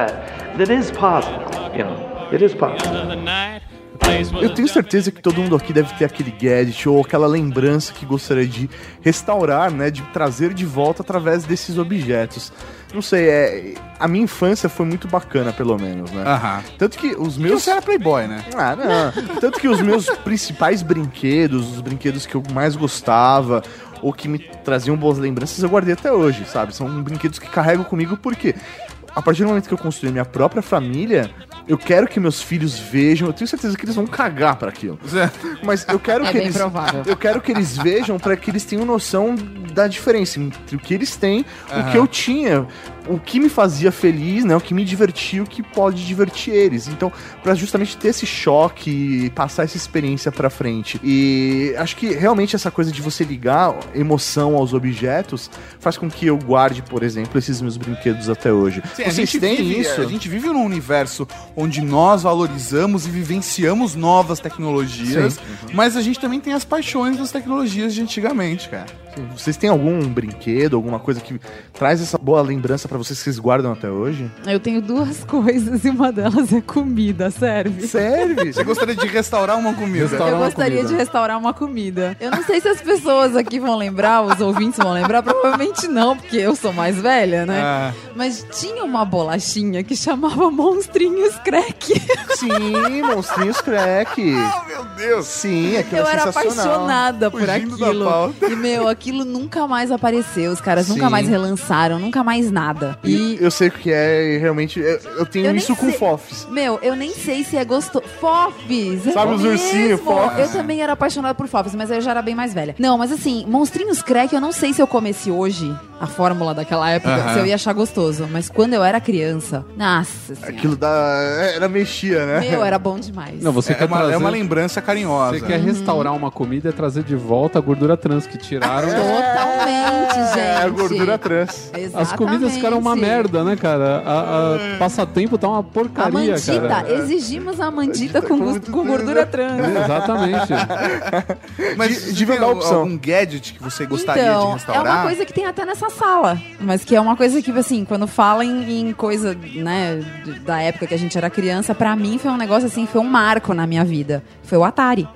Eu tenho certeza que todo mundo aqui deve ter aquele gadget ou aquela lembrança que gostaria de restaurar, né, de trazer de volta através desses objetos. Não sei, é, a minha infância foi muito bacana, pelo menos, né? Aham. Tanto que os meus... Você era playboy, né? Ah, não. Tanto que os meus principais brinquedos, os brinquedos que eu mais gostava ou que me traziam boas lembranças, eu guardei até hoje, sabe? São brinquedos que carrego comigo porque a partir do momento que eu construí minha própria família, eu quero que meus filhos vejam, eu tenho certeza que eles vão cagar pra aquilo. Mas eu quero é que bem eles provável. eu quero que eles vejam pra que eles tenham noção da diferença entre o que eles têm, uhum. o que eu tinha, o que me fazia feliz, né, o que me divertia, o que pode divertir eles. Então, pra justamente ter esse choque e passar essa experiência pra frente. E acho que realmente essa coisa de você ligar emoção aos objetos faz com que eu guarde, por exemplo, esses meus brinquedos até hoje. Sim, Vocês a gente têm vive, isso? A gente vive num universo onde nós valorizamos e vivenciamos novas tecnologias, Sim. mas a gente também tem as paixões das tecnologias de antigamente, cara. Vocês têm algum brinquedo, alguma coisa que traz essa boa lembrança pra vocês que vocês guardam até hoje? Eu tenho duas coisas e uma delas é comida, serve? Serve? Você gostaria de restaurar uma comida? Restaurar Eu uma gostaria comida. de restaurar uma comida. Eu não sei se as pessoas aqui vão lembrar, os ouvintes vão lembrar, provavelmente não, porque eu sou mais velha, né? Ah. Mas tinha uma bolachinha que chamava Monstrinhos Crack. Sim, Monstrinhos Crack. Oh, meu Deus. Sim, aquilo Eu é era sensacional. apaixonada por Fugindo da aquilo. pauta. E, meu, aquilo nunca mais apareceu. Os caras nunca Sim. mais relançaram, nunca mais nada. E E, eu sei o que é, e realmente, eu, eu tenho Eu nem isso com sei. Fofs. meu, eu nem sei se é gostoso. Fofs! é Sabe os mesmo. ursinhos, Fofs? Eu também era apaixonada por Fofs, mas eu já era bem mais velha. Não, mas assim, Monstrinhos Crack, eu não sei se eu comesse hoje a fórmula daquela época, Aham. se eu ia achar gostoso. Mas quando eu era criança, nossa senhora. Aquilo da... Era mexia, né? Meu, era bom demais. Não, você É quer uma, trazer... é uma lembrança carinhosa. Você quer restaurar uma comida e trazer de volta a gordura trans que tiraram. Totalmente, gente. É, a gordura trans. As comidas ficaram uma Exatamente. merda, né, cara? A, a passatempo tá uma A porcaria, mandita, cara. exigimos a mandita com, gus- com gordura trans. Exatamente. Mas De- você de tem dar opção. algum gadget que você gostaria de Então, é restaurar? uma coisa que tem até nessa sala. Mas que é uma coisa que, assim, quando fala em, em coisa, né, de- da época que a gente era criança, pra mim foi um negócio, assim, foi um marco na minha vida. Foi o Atari.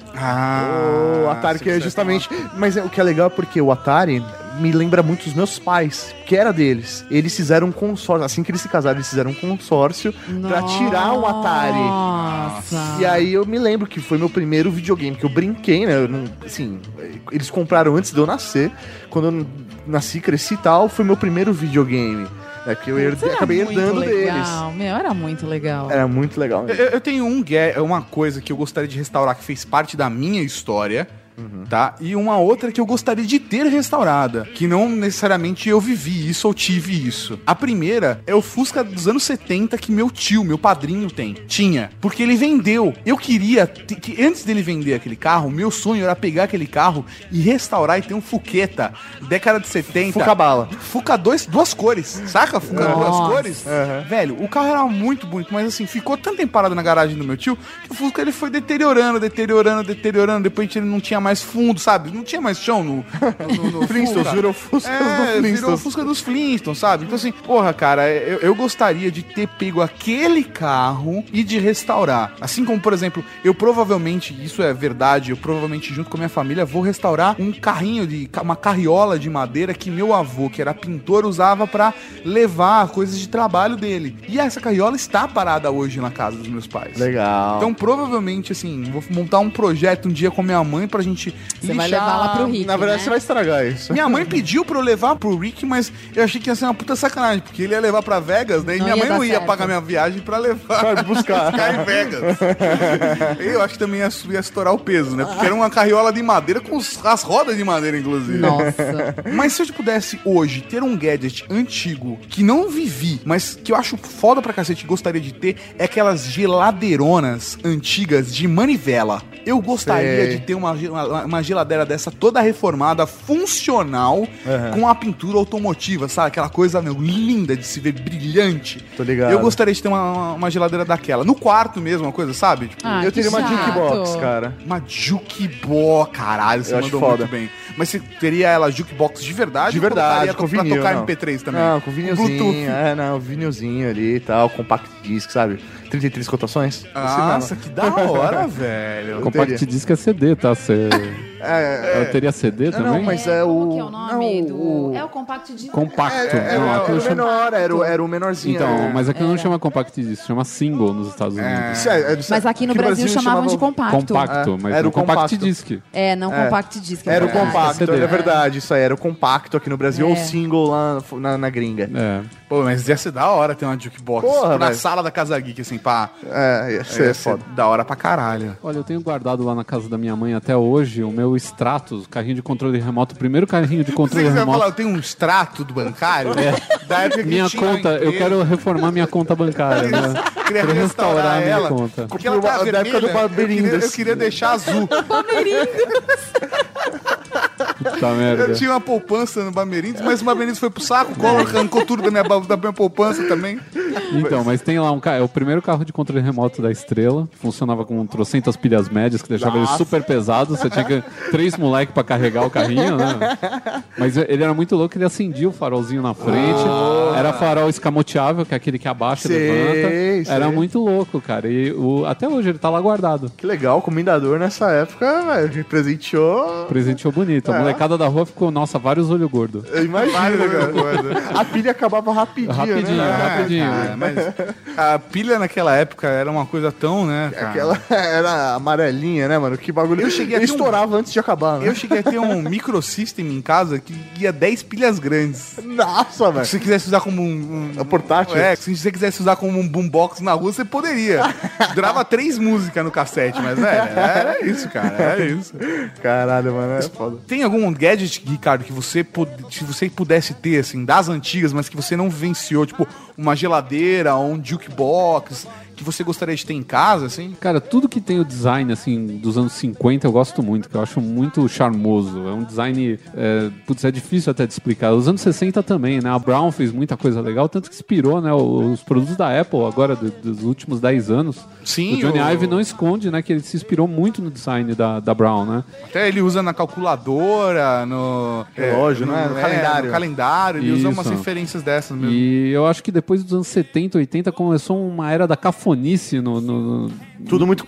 Ah, O Atari, que é você- justamente... Mas é- o que é legal é porque o Atari me lembra muito os meus pais, que era deles. Eles fizeram um consórcio, assim que eles se casaram, eles fizeram um consórcio pra tirar o Atari. Nossa. E aí eu me lembro que foi meu primeiro videogame, que eu brinquei, né? Eu não, assim, eles compraram antes de eu nascer. Quando eu nasci, cresci e tal, foi meu primeiro videogame. Né, que eu herde- Era acabei muito herdando legal. deles. Meu, era muito legal. Era muito legal. Eu, eu tenho um ga- uma coisa que eu gostaria de restaurar que fez parte da minha história, tá? E uma outra que eu gostaria de ter restaurada, que não necessariamente eu vivi isso ou tive isso. A primeira é o Fusca dos anos setenta que meu tio, meu padrinho tem. Tinha. Porque ele vendeu. Eu queria, te- que antes dele vender aquele carro, meu sonho era pegar aquele carro e restaurar e ter um Fuqueta, década de setenta. Fuca bala. Fuca dois, duas cores, saca? Fuca duas Nossa. cores. Velho, o carro era muito bonito, mas assim, ficou tanto tempo parado na garagem do meu tio que o Fusca ele foi deteriorando, deteriorando, deteriorando. Depois ele não tinha mais fundo, sabe? Não tinha mais chão no, no, no, no Flintstones, Fusca. virou Fusca É, do virou Flintstones. Fusca dos Flintstones, sabe? Então assim, porra, cara, eu, eu gostaria de ter pego aquele carro e de restaurar. Assim como, por exemplo, eu provavelmente, isso é verdade, eu provavelmente junto com a minha família vou restaurar um carrinho de, uma carriola de madeira que meu avô, que era pintor, usava pra levar coisas de trabalho dele. E essa carriola está parada hoje na casa dos meus pais. Legal. Então, provavelmente, assim, vou montar um projeto um dia com a minha mãe pra gente Você vai levar lá pro Rick, Na verdade, né? você vai estragar isso. minha mãe pediu pra eu levar pro Rick, mas eu achei que ia ser uma puta sacanagem, porque ele ia levar pra Vegas, né? E Não minha ia mãe dar não ia certo. pagar minha viagem pra levar. Vai buscar. Ficar em Vegas. Eu acho que também ia, ia estourar o peso, né? Porque era uma carriola de madeira com os- as rodas de madeira, inclusive. Nossa. Mas se eu pudesse hoje ter um gadget antigo que não vivi, mas que eu acho foda pra cacete e gostaria de ter, é aquelas geladeironas antigas de manivela. Eu gostaria Sei. de ter uma, uma, uma geladeira dessa toda reformada, funcional, com a pintura automotiva, sabe? Aquela coisa, meu, linda de se ver, brilhante. Tô ligado. Eu gostaria de ter uma, uma, uma geladeira daquela. No quarto mesmo, uma coisa, sabe? Tipo, Ah, eu que teria uma chato. jukebox, cara. uma jukebox, caralho, você Eu acho mandou foda. muito bem. Mas você teria ela jukebox de verdade? De ou verdade, colocaria com pra vinil, tocar não. M P três também? Não, com vinilzinho. Bluetooth. É, não, vinilzinho ali e tal, compact disc, sabe? trinta e três cotações. Nossa, que da hora, velho. Compact teria. disc é C D, tá? Cê... É, Ela teria C D também? não, mas é Como o... que é o nome não, do... o- É o Compact Disc. Compacto. É, não, era, aquilo era o chama... menor, era, o- era o menorzinho. Então, é. mas aquilo não chama Compact disc, chama single nos Estados Unidos. Isso é- é- Mas aqui no Brasil, chamavam de compacto. Compacto, É, mas era não o Compact compacto. disc. É, não É. Compact Disc. é Era o verdade. compacto, C D. é verdade, isso aí, era o compacto aqui no Brasil, ou É. o single lá na, na gringa. É. Pô, mas ia ser da hora ter uma jukebox Porra, na velho. sala da Casa Geek, assim, pá. É, ia ser Ia ser foda. da hora pra caralho. Olha, eu tenho guardado lá na casa da minha mãe até hoje o meu Stratos, carrinho de controle remoto, o primeiro carrinho de Você controle vai remoto. falar, eu tenho um extrato do bancário? Da época que Minha tinha uma conta, eu empresa. quero reformar minha conta bancária, né? Queria Quero restaurar a minha ela. conta. Porque ela tá Da época vermelha, do eu queria, Bamerindas. eu queria deixar azul. Puta Eu merda. tinha uma poupança no Bamerindos, mas o Bamerindos foi pro saco, o Collor arrancou tudo da minha, ba- da minha poupança também. Então, mas tem lá um carro, é o primeiro carro de controle remoto da Estrela, que funcionava com trocentas pilhas médias, que deixava Nossa. ele super pesado, você tinha que, três moleques pra carregar o carrinho, né? Mas ele era muito louco, ele acendia o farolzinho na frente, oh. era farol escamoteável, que é aquele que abaixa e levanta. Sei. Era muito louco, cara, e o, até hoje ele tá lá guardado. Que legal, o Comendador nessa época, velho, presenteou... Presenteou bonito, é. a molecada da rua ficou, nossa, vários olhos gordos. Imagina, cara. A pilha acabava rapidinho, rapidinho, né? Rapidinho, cara, mas a pilha naquela época era uma coisa tão, né, cara? Aquela era amarelinha, né, mano? Que bagulho. Eu cheguei a estourava um... antes de acabar, né? Eu cheguei a ter um microsystem em casa que ia dez pilhas grandes. Nossa, velho. Se você quisesse usar como um... um... um portátil? É, se você quisesse usar como um boombox na rua, você poderia. Durava três músicas no cassete, mas, velho, era isso, cara, era isso. Caralho, mano, é foda. Tem algum gadget, Ricardo, que você, pod... se você pudesse ter, assim, das antigas, mas que você não vivenciou, tipo, uma geladeira ou um jukebox, que você gostaria de ter em casa, assim? Cara, tudo que tem o design, assim, dos anos cinquenta eu gosto muito, que eu acho muito charmoso. É um design, é, putz, é difícil até de explicar. Os anos sessenta também, né? A Brown fez muita coisa legal, tanto que inspirou, né, os produtos da Apple agora, do, dos últimos dez anos. Sim. O Johnny o... Ive não esconde, né, que ele se inspirou muito no design da, da Brown, né? Até ele usa na calculadora, no... relógio, é, no, né? No é, calendário. No calendário, ele Isso. usa umas referências dessas mesmo. E eu acho que depois dos anos setenta, oitenta começou uma era da cafonice no... no, no... Tudo muito...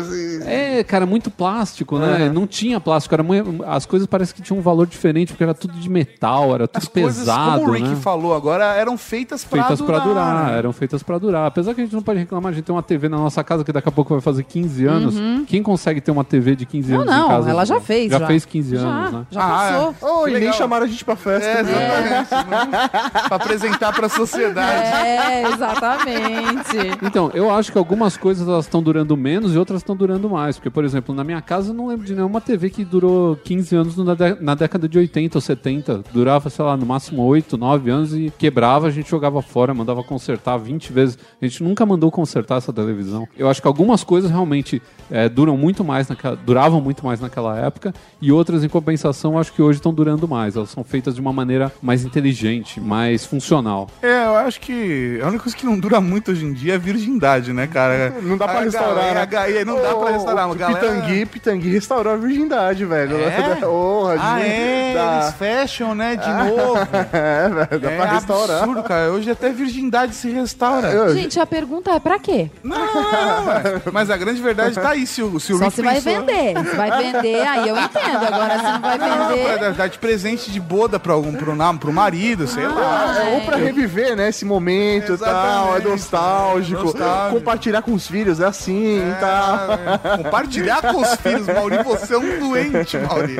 É, cara, muito plástico, né? É. Não tinha plástico, era muito... as coisas parecem que tinham um valor diferente, porque era tudo de metal, era tudo as pesado, coisas, como o Rick né? falou agora, eram feitas pra feitas durar. Pra durar. Eram feitas pra durar. Apesar que a gente não pode reclamar, a gente tem uma T V na nossa casa que daqui a pouco vai fazer quinze anos. Uhum. Quem consegue ter uma T V de quinze não, anos não, em casa? Ela já fez. Já, já. fez quinze já, anos, né? Já passou. Ah, é. Oh, e nem chamaram a gente pra festa. É, exatamente. É. Pra apresentar pra sociedade. É, exatamente. Então, eu acho que algumas coisas elas estão durando menos e outras estão durando mais. Porque, por exemplo, na minha casa eu não lembro de nenhuma T V que durou quinze anos na, de- na década de oitenta ou setenta. Durava, sei lá, no máximo oito, nove anos e quebrava, a gente jogava fora, mandava consertar vinte vezes. A gente nunca mandou consertar essa televisão. Eu acho que algumas coisas realmente é, duram muito mais naquela, duravam muito mais naquela época e outras, em compensação, acho que hoje estão durando mais. Elas são feitas de uma maneira mais inteligente, mais funcional. É, eu acho que a única coisa que não dura muito hoje em dia é a virgindade, né, cara? Não dá pra a restaurar, galera, né? Não dá oh, pra restaurar. O galera... Pitangui, Pitangui restaurou a virgindade, velho. É? Oh, ah, é? Dá. Eles fecham, né, de novo. É, velho, dá é pra restaurar. Absurdo, cara. Hoje até virgindade se restaura. Eu... Gente, a pergunta é pra quê? Não, não, mas, mas a grande verdade tá aí. Se o, se o Só Rick se vai pensou... vender. Se vai vender, aí eu entendo. Agora, se não vai Não, vender... pra dar de presente de boda pra algum, pro, pro marido, sei lá. É, ou pra reviver, né, esse momento e tal, é nostálgico. nostálgico. Compartilhar com os filhos, é assim e é, tal. É. Compartilhar com os filhos, Mauri, você é um doente, Mauri.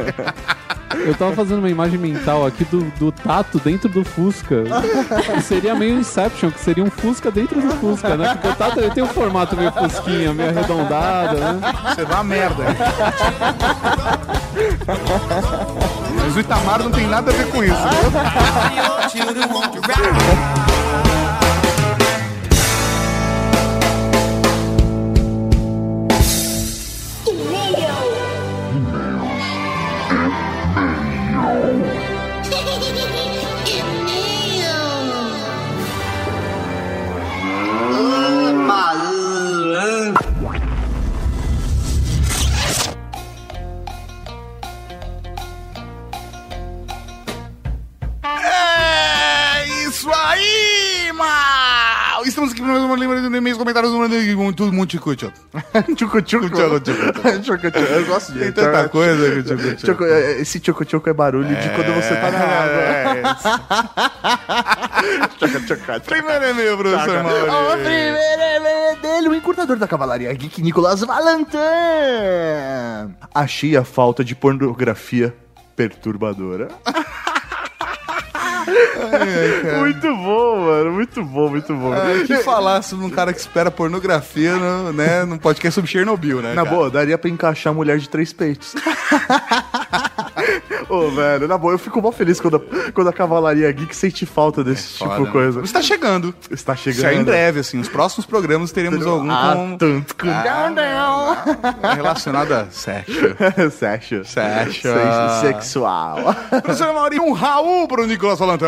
Eu tava fazendo uma imagem mental aqui do, do Tato dentro do Fusca. Que seria meio Inception, que seria um Fusca dentro do Fusca, né? Porque o Tato ele tem um formato meio fusquinha, meio arredondado, né? Você vai uma merda. Mas o Itamar não tem nada a ver com isso. É isso aí, mal! Estamos aqui para mais uma de e-mails, comentários, tudo muito tchucu-tchucu. Tchucu-tchucu. Tchucu-tchucu. Eu gosto disso. Tem tanta coisa que tchucu-tchucu. Esse tchucu-tchucu é barulho de quando você tá na água. Tchucu-tchucu. Primeiro e-mail, professor Mauri. O primeiro e-mail dele, o encurtador da cavalaria geek, Nicolas Valentin. Achei a falta de pornografia perturbadora. Ai, muito bom, mano. Muito bom, muito bom. É, que falar sobre um cara que espera pornografia no, né, num podcast sobre Chernobyl, né? Na cara? boa, daria pra encaixar a mulher de três peitos. Ô, velho, na boa, eu fico mó feliz quando a, quando a Cavalaria Geek sente falta desse É tipo foda, de coisa. Está chegando. Está chegando. Isso é em breve, assim. Os próximos programas teremos algum Ah, com... tanto com... Ah, relacionado a sexo. Sexo. Sexo. Se- Sexual. Professor Mauri, um Raul para o Nicolas Solantão.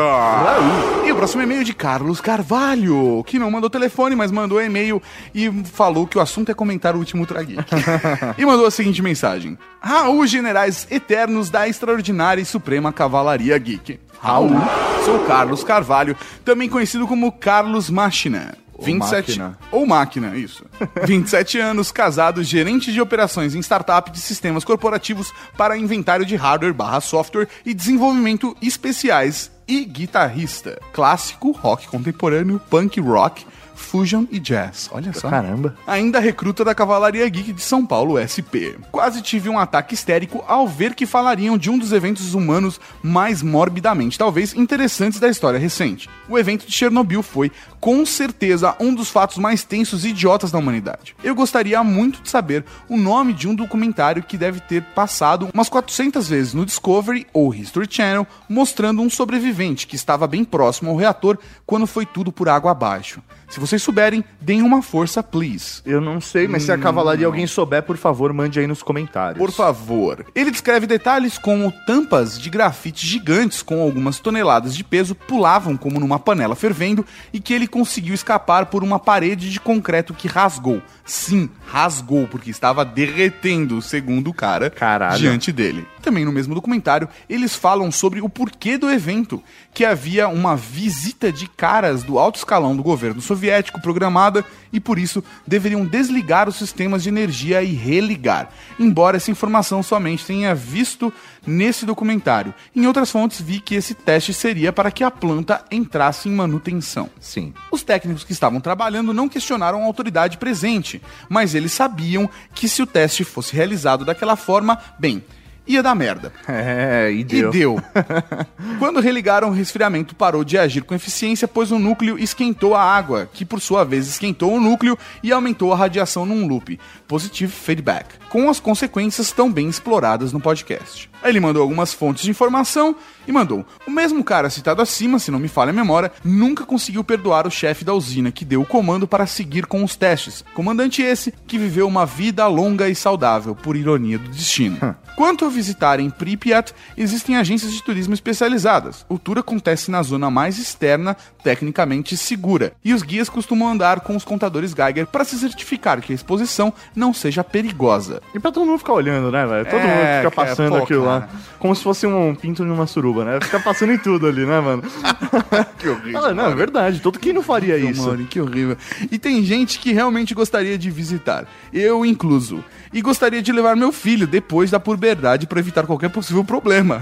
E o próximo e-mail é de Carlos Carvalho, que não mandou telefone, mas mandou e-mail e falou que o assunto é comentar o último Ultra Geek. E mandou a seguinte mensagem. Raul, generais eternos da extraordinária e suprema Cavalaria Geek. Raul, sou Carlos Carvalho, também conhecido como Carlos Máquina. vinte e sete Máquina. ou máquina, isso. vinte e sete anos, casado, gerente de operações em startup de sistemas corporativos para inventário de hardware barra software e desenvolvimento especiais e guitarrista. Clássico, rock contemporâneo, punk rock, fusion e jazz. Olha só. Caramba. Ainda recruta da Cavalaria Geek de São Paulo, S P. Quase tive um ataque histérico ao ver que falariam de um dos eventos humanos mais morbidamente, talvez, interessantes da história recente. O evento de Chernobyl foi, com certeza, um dos fatos mais tensos e idiotas da humanidade. Eu gostaria muito de saber o nome de um documentário que deve ter passado umas quatrocentas vezes no Discovery ou History Channel, mostrando um sobrevivente que estava bem próximo ao reator quando foi tudo por água abaixo. Se vocês souberem, deem uma força, please. Eu não sei, mas se a Cavalaria alguém souber, por favor, mande aí nos comentários. Por favor. Ele descreve detalhes como tampas de grafite gigantes com algumas toneladas de peso pulavam como numa panela fervendo e que ele conseguiu escapar por uma parede de concreto que rasgou. Sim, rasgou, porque estava derretendo, segundo o cara, Caralho. diante dele. Também no mesmo documentário, eles falam sobre o porquê do evento, que havia uma visita de caras do alto escalão do governo soviético programada e por isso deveriam desligar os sistemas de energia e religar. Embora essa informação somente tenha visto nesse documentário. Em outras fontes vi que esse teste seria para que a planta entrasse em manutenção. Sim. Os técnicos que estavam trabalhando não questionaram a autoridade presente, mas eles sabiam que se o teste fosse realizado daquela forma, bem, ia dar merda. É, e deu. E deu. Quando religaram, o resfriamento parou de agir com eficiência, pois o núcleo esquentou a água, que por sua vez esquentou o núcleo e aumentou a radiação num loop. Positive feedback. Com as consequências tão bem exploradas no podcast. Aí ele mandou algumas fontes de informação e mandou: o mesmo cara citado acima, se não me falha a memória, nunca conseguiu perdoar o chefe da usina que deu o comando para seguir com os testes. Comandante esse que viveu uma vida longa e saudável, por ironia do destino. Quanto a visitarem Pripyat, existem agências de turismo especializadas. O tour acontece na zona mais externa, tecnicamente segura, e os guias costumam andar com os contadores Geiger para se certificar que a exposição não seja perigosa. E pra todo mundo ficar olhando, né, velho? Todo É, mundo fica cara, passando pô, aquilo cara. lá. Como se fosse um pinto numa suruba, né? Fica passando em tudo ali, né, mano? Que horrível. Ah, não, é verdade. Todo quem não faria isso? Mano, que horrível. E tem gente que realmente gostaria de visitar, eu incluso. E gostaria de levar meu filho depois da puberdade para evitar qualquer possível problema.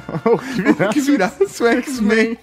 O que virasse o X-Men.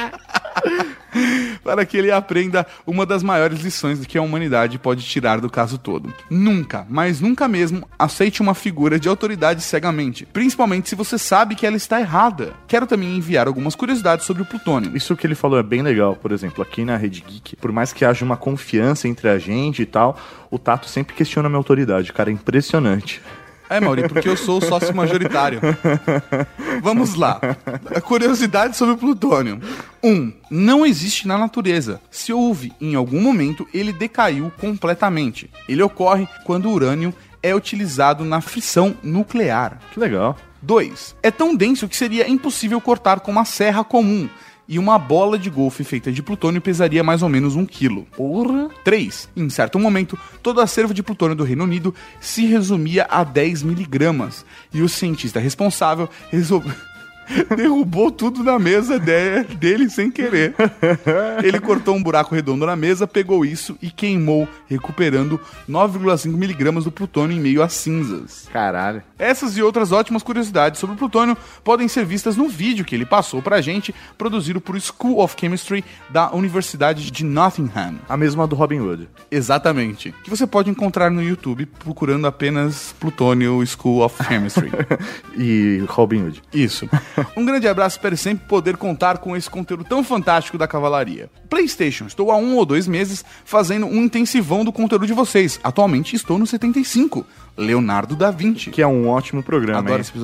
Para que ele aprenda uma das maiores lições que a humanidade pode tirar do caso todo. Nunca, mas nunca mesmo, aceite uma figura de autoridade cegamente, principalmente se você sabe que ela está errada. Quero também enviar algumas curiosidades sobre o plutônio. Isso que ele falou é bem legal. Por exemplo, aqui na Rede Geek, por mais que haja uma confiança entre a gente e tal, o Tato sempre questiona a minha autoridade. Cara, é impressionante. É, Mauri, porque eu sou o sócio majoritário. Vamos lá. Curiosidade sobre o plutônio. um. Não existe na natureza. Se houve, em algum momento, ele decaiu completamente. Ele ocorre quando o urânio é utilizado na fissão nuclear. Que legal. dois. É tão denso que seria impossível cortar com uma serra comum. E uma bola de golfe feita de plutônio pesaria mais ou menos um quilo. Porra! três. Em certo momento, todo o acervo de plutônio do Reino Unido se resumia a dez miligramas. E o cientista responsável resolveu... derrubou tudo na mesa de... dele sem querer. Ele cortou um buraco redondo na mesa, pegou isso e queimou, recuperando nove vírgula cinco miligramas do plutônio em meio a cinzas. Caralho. Essas e outras ótimas curiosidades sobre o plutônio podem ser vistas no vídeo que ele passou pra gente, produzido por School of Chemistry da Universidade de Nottingham. A mesma do Robin Hood. Exatamente. Que você pode encontrar no YouTube procurando apenas Plutônio School of Chemistry. E Robin Hood. Isso. Um grande abraço, espero sempre poder contar com esse conteúdo tão fantástico da Cavalaria. PlayStation, estou há um ou dois meses fazendo um intensivão do conteúdo de vocês. Atualmente estou no setenta e cinco. Leonardo da Vinci. Que é um ótimo programa, Adoro hein? esse episódio.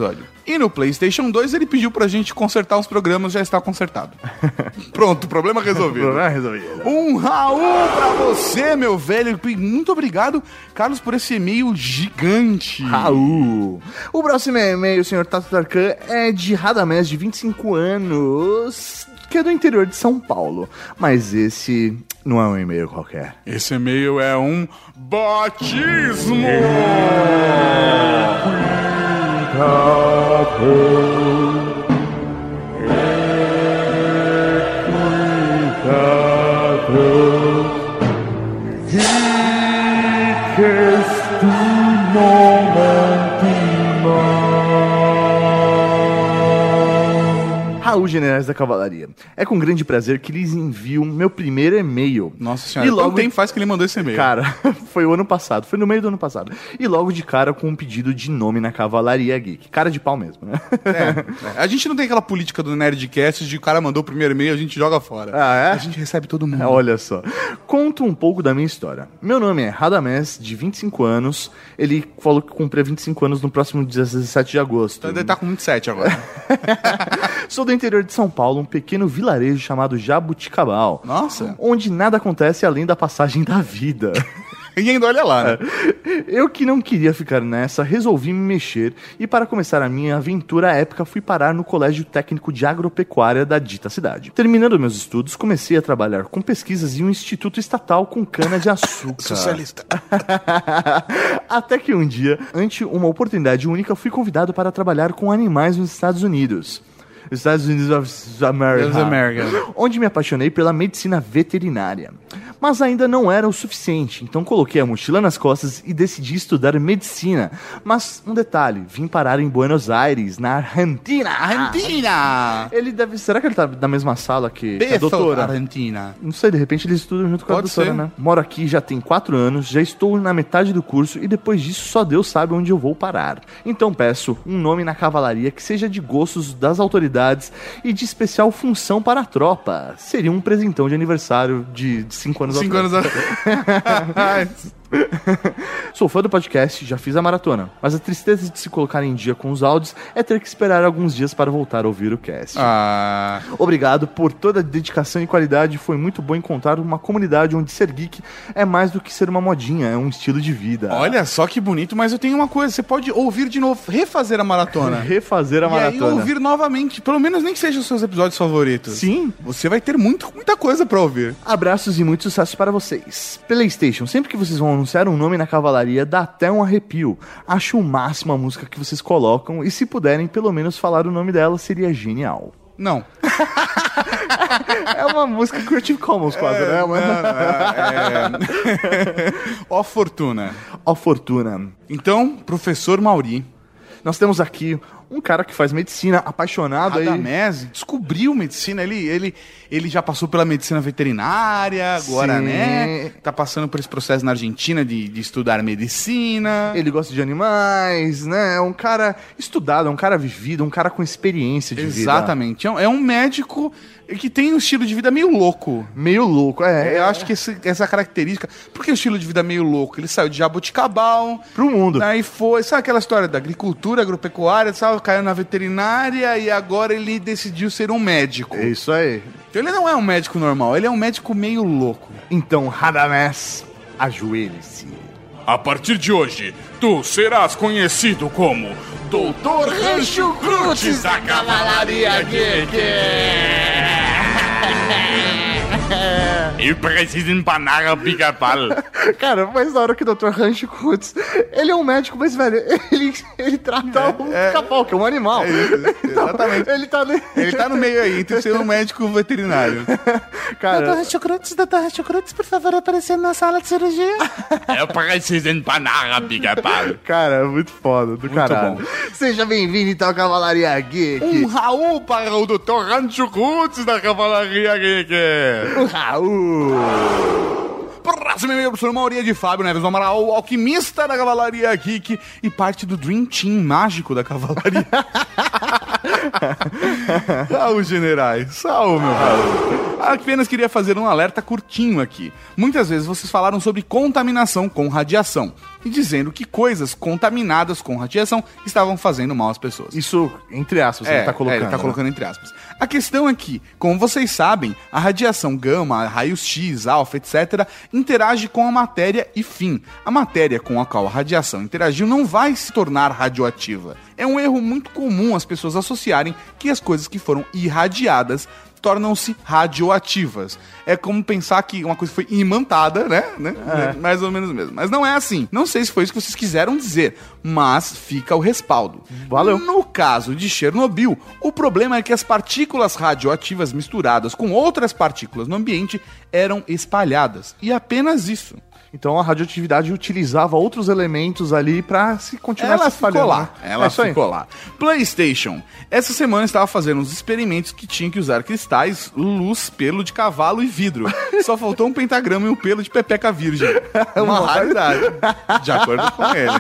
E no PlayStation dois ele pediu pra gente consertar os programas, já está consertado. Pronto, problema resolvido. Problema resolvido. Um Raul pra você, meu velho. Muito obrigado, Carlos, por esse e-mail gigante. Raul. O próximo e-mail, senhor Tato Tarkan, é de Radamés, de vinte e cinco anos, que é do interior de São Paulo. Mas esse não é um e-mail qualquer. Esse e-mail é um batismo. Raul, generais da cavalaria. É com grande prazer que lhes envio meu primeiro e-mail. Nossa senhora, e logo quanto tempo faz que ele mandou esse e-mail? Cara, foi o ano passado, foi no meio do ano passado. E logo de cara com um pedido de nome na Cavalaria Geek. Cara de pau mesmo, né? É, a gente não tem aquela política do Nerdcast de o cara mandou o primeiro e-mail, a gente joga fora. Ah, é? A gente recebe todo mundo. Olha só. Conto um pouco da minha história. Meu nome é Radamés, de vinte e cinco anos. Ele falou que cumpria vinte e cinco anos no próximo dezessete de agosto. Então ele tá com vinte e sete agora. Sou do interior de São Paulo, um pequeno vilarejo chamado Jabuticabal. Nossa. Onde nada acontece além da passagem da vida. E ainda olha lá, né? Eu que não queria ficar nessa, resolvi me mexer e para começar a minha aventura épica fui parar no Colégio Técnico de Agropecuária da dita cidade. Terminando meus estudos, comecei a trabalhar com pesquisas em um instituto estatal com cana-de-açúcar. Socialista. Até que um dia, ante uma oportunidade única, fui convidado para trabalhar com animais nos Estados Unidos. Estados Unidos of America, America, onde me apaixonei pela medicina veterinária. Mas ainda não era o suficiente, então coloquei a mochila nas costas e decidi estudar medicina. Mas um detalhe, vim parar em Buenos Aires, na Argentina. Argentina! Ele deve... Será que ele tá na mesma sala que, que a Beto, doutora? Argentina. Não sei, de repente eles estudam junto com a Pode doutora, ser. né? Moro aqui já tem quatro anos, já estou na metade do curso e depois disso só Deus sabe onde eu vou parar. Então peço um nome na cavalaria que seja de gostos das autoridades e de especial função para a tropa. Seria um presentão de aniversário de cinco anos Cinco anos atrás. Sou fã do podcast, já fiz a maratona, mas a tristeza de se colocar em dia com os áudios é ter que esperar alguns dias para voltar a ouvir o cast. Ah. Obrigado por toda a dedicação e qualidade, foi muito bom encontrar uma comunidade onde ser geek é mais do que ser uma modinha, é um estilo de vida. Olha só que bonito, mas eu tenho uma coisa, você pode ouvir de novo, refazer a maratona. Refazer a e maratona. aí ouvir novamente, pelo menos nem que sejam os seus episódios favoritos. Sim. Você vai ter muito, muita coisa pra ouvir. Abraços e muito sucesso para vocês. PlayStation, sempre que vocês vão anunciar um nome na cavalaria, dá até um arrepio. Acho o máximo a música que vocês colocam e se puderem pelo menos falar o nome dela, seria genial. Não. É uma música Creative Commons quase, É, né? não, não, é... Ó fortuna. Ó fortuna. Então, professor Mauri. Nós temos aqui um cara que faz medicina, apaixonado aí. Radamés descobriu medicina, ele, ele, ele já passou pela medicina veterinária, agora, Sim. né? Tá passando por esse processo na Argentina de, de estudar medicina. Ele gosta de animais, né? É um cara estudado, é um cara vivido, um cara com experiência de Exatamente. É um, é um médico que tem um estilo de vida meio louco. vida. Meio louco, é. Eu acho que esse- essa característica... Por que o estilo de vida meio louco? Ele saiu de Jaboticabal... Pro mundo. Aí foi... Sabe aquela história da agricultura, agropecuária, sabe? Caiu na veterinária e agora ele decidiu ser um médico. É isso aí. Então ele não é um médico normal, ele é um médico meio louco. Então, Radamés, ajoelhe-se. A partir de hoje, tu serás conhecido como Doutor Rancho Cruz da Cavalaria Geek. Eu preciso empanar o pica-pau. Cara, mas na hora que o doutor Rancho Kutz, ele é um médico, mas, velho, ele, ele trata o é. capau, que é um animal. É isso, exatamente. Ele tá... Ele tá no meio aí, entre ser um médico veterinário. Cara, Rancho Cruz, doutor Rancho Cruz, por favor, aparecendo na sala de cirurgia. Eu preciso empanar o pica-pau. cara, muito foda, do caralho. bom. Seja bem-vindo, então, à Cavalaria Geek. Um Raul para o doutor Rancho Cruz da Cavalaria Geek. Um Raul. Próximo e-mail, professor Mauri de Fábio Neves do Amaral, alquimista da Cavalaria Geek e parte do Dream Team mágico da Cavalaria. Raul Generais, Raul, meu velho. Apenas queria fazer um alerta curtinho aqui. Muitas vezes vocês falaram sobre contaminação com radiação e dizendo que coisas contaminadas com radiação estavam fazendo mal às pessoas. Isso, entre aspas, É, ele tá colocando. é, ele tá né? colocando entre aspas. A questão é que, como vocês sabem, a radiação gama, raios X, alfa, etcétera, interage com a matéria e fim. A matéria com a qual a radiação interagiu não vai se tornar radioativa. É um erro muito comum as pessoas associarem que as coisas que foram irradiadas tornam-se radioativas. É como pensar que uma coisa foi imantada, né? né? É. Mais ou menos mesmo. Mas não é assim. Não sei se foi isso que vocês quiseram dizer, mas fica o respaldo. Valeu. No caso de Chernobyl, o problema é que as partículas radioativas misturadas com outras partículas no ambiente eram espalhadas. E apenas isso. Então a radioatividade utilizava outros elementos ali pra se continuar Ela se espalhando. ficou lá. né? Ela É isso aí. ficou lá. PlayStation. Essa semana estava fazendo uns experimentos que tinha que usar cristais, luz, pelo de cavalo e vidro. Só faltou um pentagrama e um pelo de pepeca virgem. Uma raridade. De acordo com ele.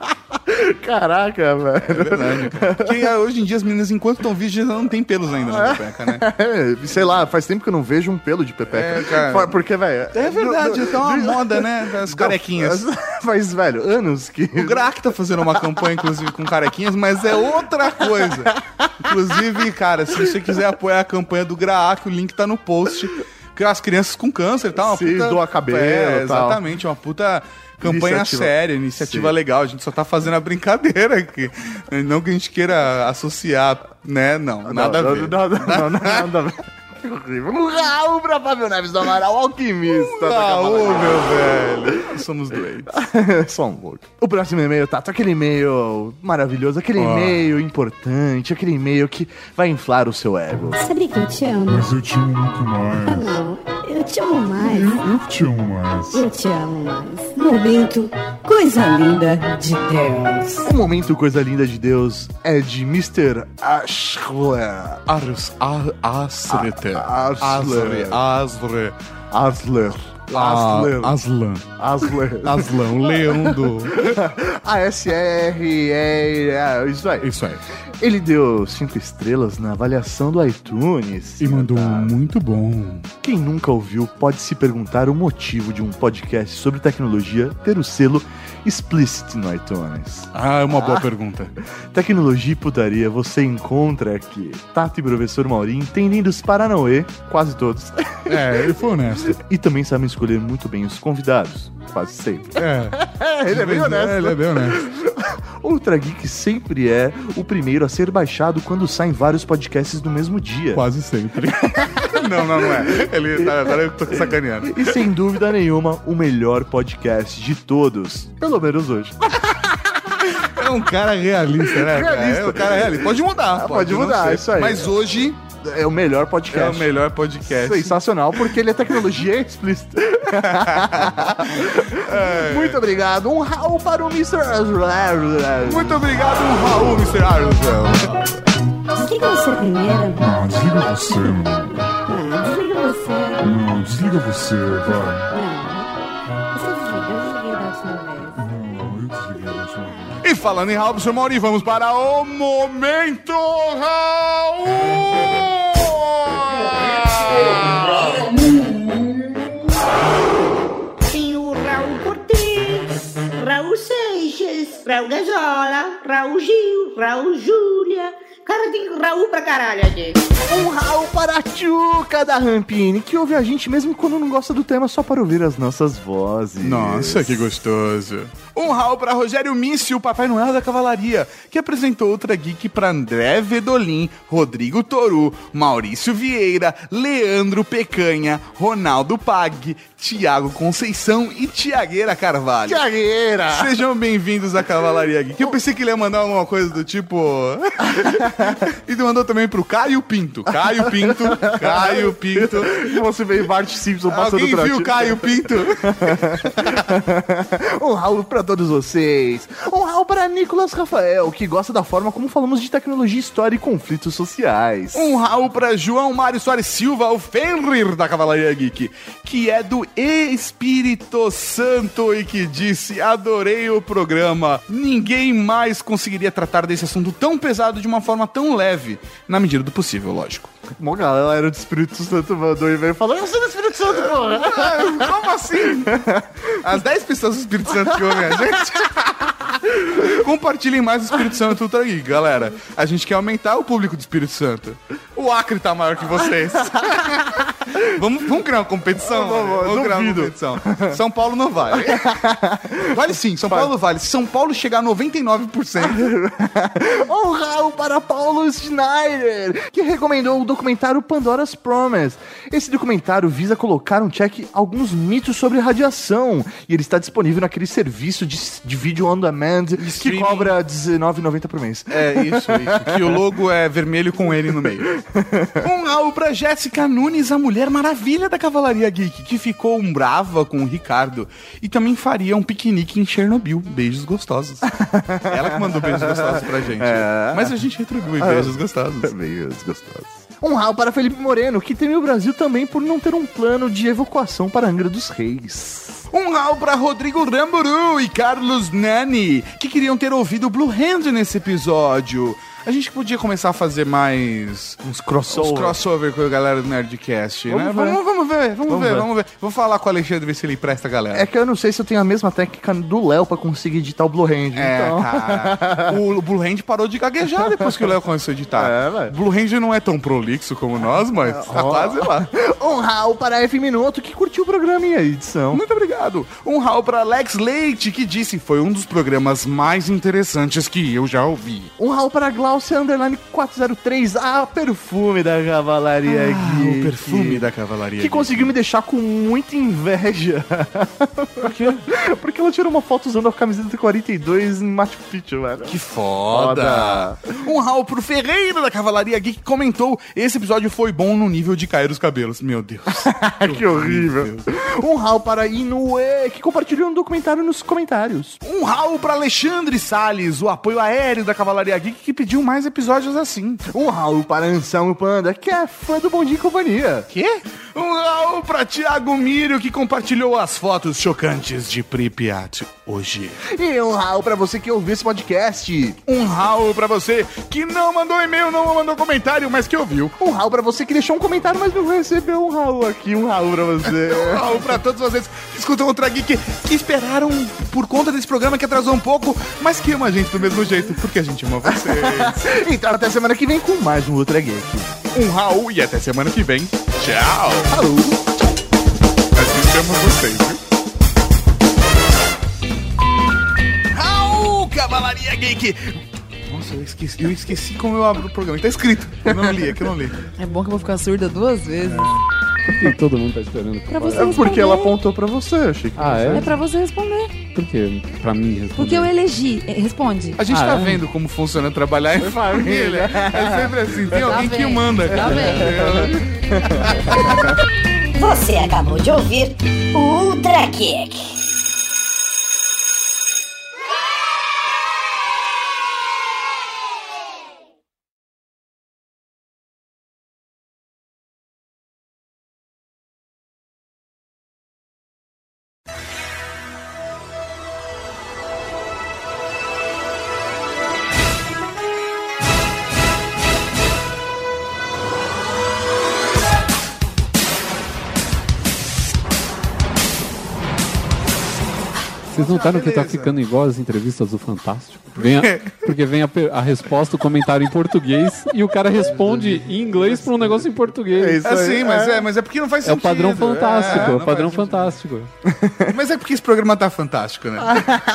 Caraca, velho. É verdade, cara. Porque hoje em dia as meninas, enquanto estão virgens, elas não tem pelos ainda na pepeca, né? É, sei lá, faz tempo que eu não vejo um pelo de pepeca. É, cara. For- Porque, velho... É verdade, tá uma moda, né? Das carequinhas. Faz, velho, anos que... O Graak tá fazendo uma campanha, inclusive, com carequinhas, mas é outra coisa. Inclusive, cara, se você quiser apoiar a campanha do Graak, o link tá no post. Que as crianças com câncer, tá? Uma Sim, puta... doa cabelo É, e tal. exatamente, uma puta campanha Iniciativa. séria, iniciativa Sim. legal. A gente só tá fazendo a brincadeira aqui. Não que a gente queira associar, né? Não, nada não, a ver. Não, não, não, não, nada a ver. Horrível. Um Raul pra Fábio Neves do Amaral, alquimista. Raul, meu velho. Somos doentes. Só um pouco. O próximo e-mail, Tato, aquele e-mail maravilhoso, aquele e-mail importante, aquele e-mail que vai inflar o seu ego. Sabia que eu te amo? Mas eu te amo muito mais. Não, eu te amo mais. Eu te amo mais. Eu te amo mais. Momento, coisa linda de Deus. O momento coisa linda de Deus é de mister Ashler. Ars, ar, asrete. Asler. Asre. Asler. Ah, Asler. Aslan. Asler. Aslan, o leão do... A S R E é isso aí. Isso aí. Ele deu cinco estrelas na avaliação do iTunes. E mandou um muito bom. Quem nunca ouviu pode se perguntar o motivo de um podcast sobre tecnologia ter o selo Explicit no iTunes. Ah, é uma boa pergunta. Tecnologia e putaria você encontra aqui. Tato e professor Mauri entendendo os Paranauê, quase todos. É, ele foi honesto. E também sabem escolher muito bem os convidados, quase sempre. É. Ele é bem honesto. É, ele é bem honesto. Ultra Geek sempre é o primeiro a ser baixado quando saem vários podcasts no mesmo dia. Quase sempre. Não, não, não é. Ele, tá, agora eu tô sacaneando. E sem dúvida nenhuma, o melhor podcast de todos. Pelo menos hoje. É um cara realista, né? cara? Realista. É um cara realista. Pode mudar. Ah, pode não mudar, ser. isso aí. Mas hoje É o melhor é podcast. o melhor podcast. Sensacional, porque ele é tecnologia explícita. Muito obrigado. Um Raul para o mister Muito obrigado, Raul, mister Arnold. Desliga você primeiro. Ah, desliga você, mano. Ah, desliga você. Não, desliga você, vai. Não. Você desliga, eu desliguei da última vez. Não, eu desliguei da última vez. E falando em Raul, mister Mauri, vamos para o Momento Raul! Tem o Raul Cortez, Raul Seixas, Raul Gazola, Raul Gil, Raul Júlia. Cara, tem Raul pra caralho aqui. Um Raul para a Tchuca da Rampini, que ouve a gente mesmo quando não gosta do tema, só para ouvir as nossas vozes. Nossa, que gostoso. Um Raul para Rogério Mício, o Papai Noel da Cavalaria, que apresentou Ultra Geek para André Vedolin, Rodrigo Toru, Maurício Vieira, Leandro Pecanha, Ronaldo Pag, Tiago Conceição e Tiagueira Carvalho. Tiagueira! Sejam bem-vindos à Cavalaria Geek. Eu pensei que ele ia mandar alguma coisa do tipo... E mandou também pro Caio Pinto. Caio Pinto, Caio Pinto. Você veio Bart Simpson passando Alguém trote. viu Caio Pinto? Um Raul pra todos vocês. Um Raul para Nicolas Rafael, que gosta da forma como falamos de tecnologia, história e conflitos sociais. Um Raul pra João Mário Soares Silva, o Fenrir da Cavalaria Geek, que é do Espírito Santo e que disse: adorei o programa. Ninguém mais conseguiria tratar desse assunto tão pesado de uma forma tão leve, na medida do possível, lógico. Uma galera do Espírito Santo mandou e veio falando, eu sou do Espírito Santo, porra. Como assim? As dez pessoas do Espírito Santo que ouvem a gente. Compartilhem mais o Espírito Santo Ultra Geek, galera. A gente quer aumentar o público do Espírito Santo. O Acre tá maior que vocês. vamos, vamos criar uma competição? Não, não, vamos criar uma duvido. competição. São Paulo não vale. Vale sim, São Paulo vale. Se São Paulo chegar a noventa e nove por cento. Um rau para Paulo Schneider, que recomendou o documentário Pandora's Promise. Esse documentário visa colocar um check alguns mitos sobre radiação. E ele está disponível naquele serviço de, de vídeo on demand que Streaming. cobra dezenove reais e noventa centavos por mês. É, isso, isso. Que o logo é vermelho com ele no meio. Um rau pra Jéssica Nunes, a Mulher Maravilha da Cavalaria Geek, que ficou um brava com o Ricardo e também faria um piquenique em Chernobyl. Beijos gostosos. Ela que mandou beijos gostosos pra gente. É. Mas a gente retribui beijos gostosos. Beijos gostosos. Um rau para Felipe Moreno, que teme o Brasil também por não ter um plano de evacuação para Angra dos Reis. Um rau pra Rodrigo Ramburu e Carlos Nani, que queriam ter ouvido o Blue Hand nesse episódio. A gente podia começar a fazer mais uns crossover, uns crossover com a galera do Nerdcast, vamos né? Ver. Vamos, vamos ver, vamos, vamos ver, ver, vamos ver. Vou falar com o Alexandre, ver se ele presta, galera. É que eu não sei se eu tenho a mesma técnica do Léo pra conseguir editar o Blue Hand. É, então. cara. O Blue Hand parou de gaguejar depois que o Léo começou a editar. É, velho. Blue Hand não é tão prolixo como nós, mas tá Oh. quase lá. Um rau para F Minuto, que curtiu o programa e a edição. Muito obrigado. Um rau pra Alex Leite, que disse foi um dos programas mais interessantes que eu já ouvi. Um rau para Glaucia Underline quatro zero três, a perfume da Cavalaria Ah, Geek. o perfume da Cavalaria Que Geek. conseguiu me deixar com muita inveja. Por quê? Porque ela tirou uma foto usando a camiseta quarenta e dois em Machu Picchu, velho. Que foda. Um rau pro Ferreira da Cavalaria Geek, que comentou: esse episódio foi bom no nível de cair os cabelos. Meu Deus. Que horrível. Um rau para Inoue, que compartilhou um documentário nos comentários. Um rau pra Alexandre Salles, o apoio aéreo da Cavalaria Geek, que pediu mais episódios assim. Um rau para Anselmo Panda, que é fã do Bom Dia e Companhia. Quê? Um rau pra Thiago Mírio, que compartilhou as fotos chocantes de Pripyat hoje. E um rau pra você que ouviu esse podcast. Um rau pra você que não mandou e-mail, não mandou comentário, mas que ouviu. Um rau pra você que deixou um comentário, mas não recebeu um rau aqui. Um rau pra você. Um rau pra todos vocês que escutam Ultra Geek, que esperaram por conta desse programa que atrasou um pouco, mas que ama a gente do mesmo jeito, porque a gente ama vocês. Então até semana que vem com mais um Ultra Geek. Um rau e até semana que vem. Tchau. Falou. Assistamos vocês, viu? Rau, Cavalaria Geek. Nossa, eu esqueci, eu esqueci como eu abro o programa. Tá escrito. Eu não li, é que eu não li. É bom que eu vou ficar surda duas vezes. Por que todo mundo tá esperando? Pra você É porque responder. ela apontou pra você, achei que Ah, é? É pra você responder. Por quê? Pra mim responder. Porque eu elegi. É, Responde. A gente Ah, tá é? vendo como funciona trabalhar em família. É sempre assim, tem Tá alguém que vendo, manda. tá Você acabou de ouvir o Ultra Geek. Vocês notaram que tá ficando igual as entrevistas do Fantástico? Vem a- porque vem a, per- a resposta, o comentário em português, e o cara responde em inglês pra um negócio em português. É sim, mas é, mas é porque não faz É o sentido. padrão fantástico, é, não o padrão faz fantástico. sentido. Mas é porque esse programa tá fantástico, né?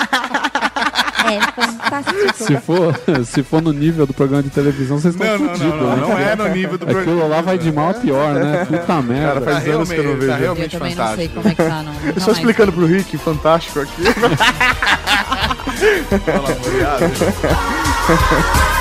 É fantástico. Se for, se for no nível do programa de televisão, vocês estão Não, não, fodidos. não, não, né? não é no nível do programa. Aquilo lá vai de mal a pior, né? Puta merda. Tá faz anos que eu não realmente, vejo. tá Eu realmente também não sei fantástico. como é que tá, não. Eu Não só mais. explicando pro Rick, fantástico aqui. Fala, molhado.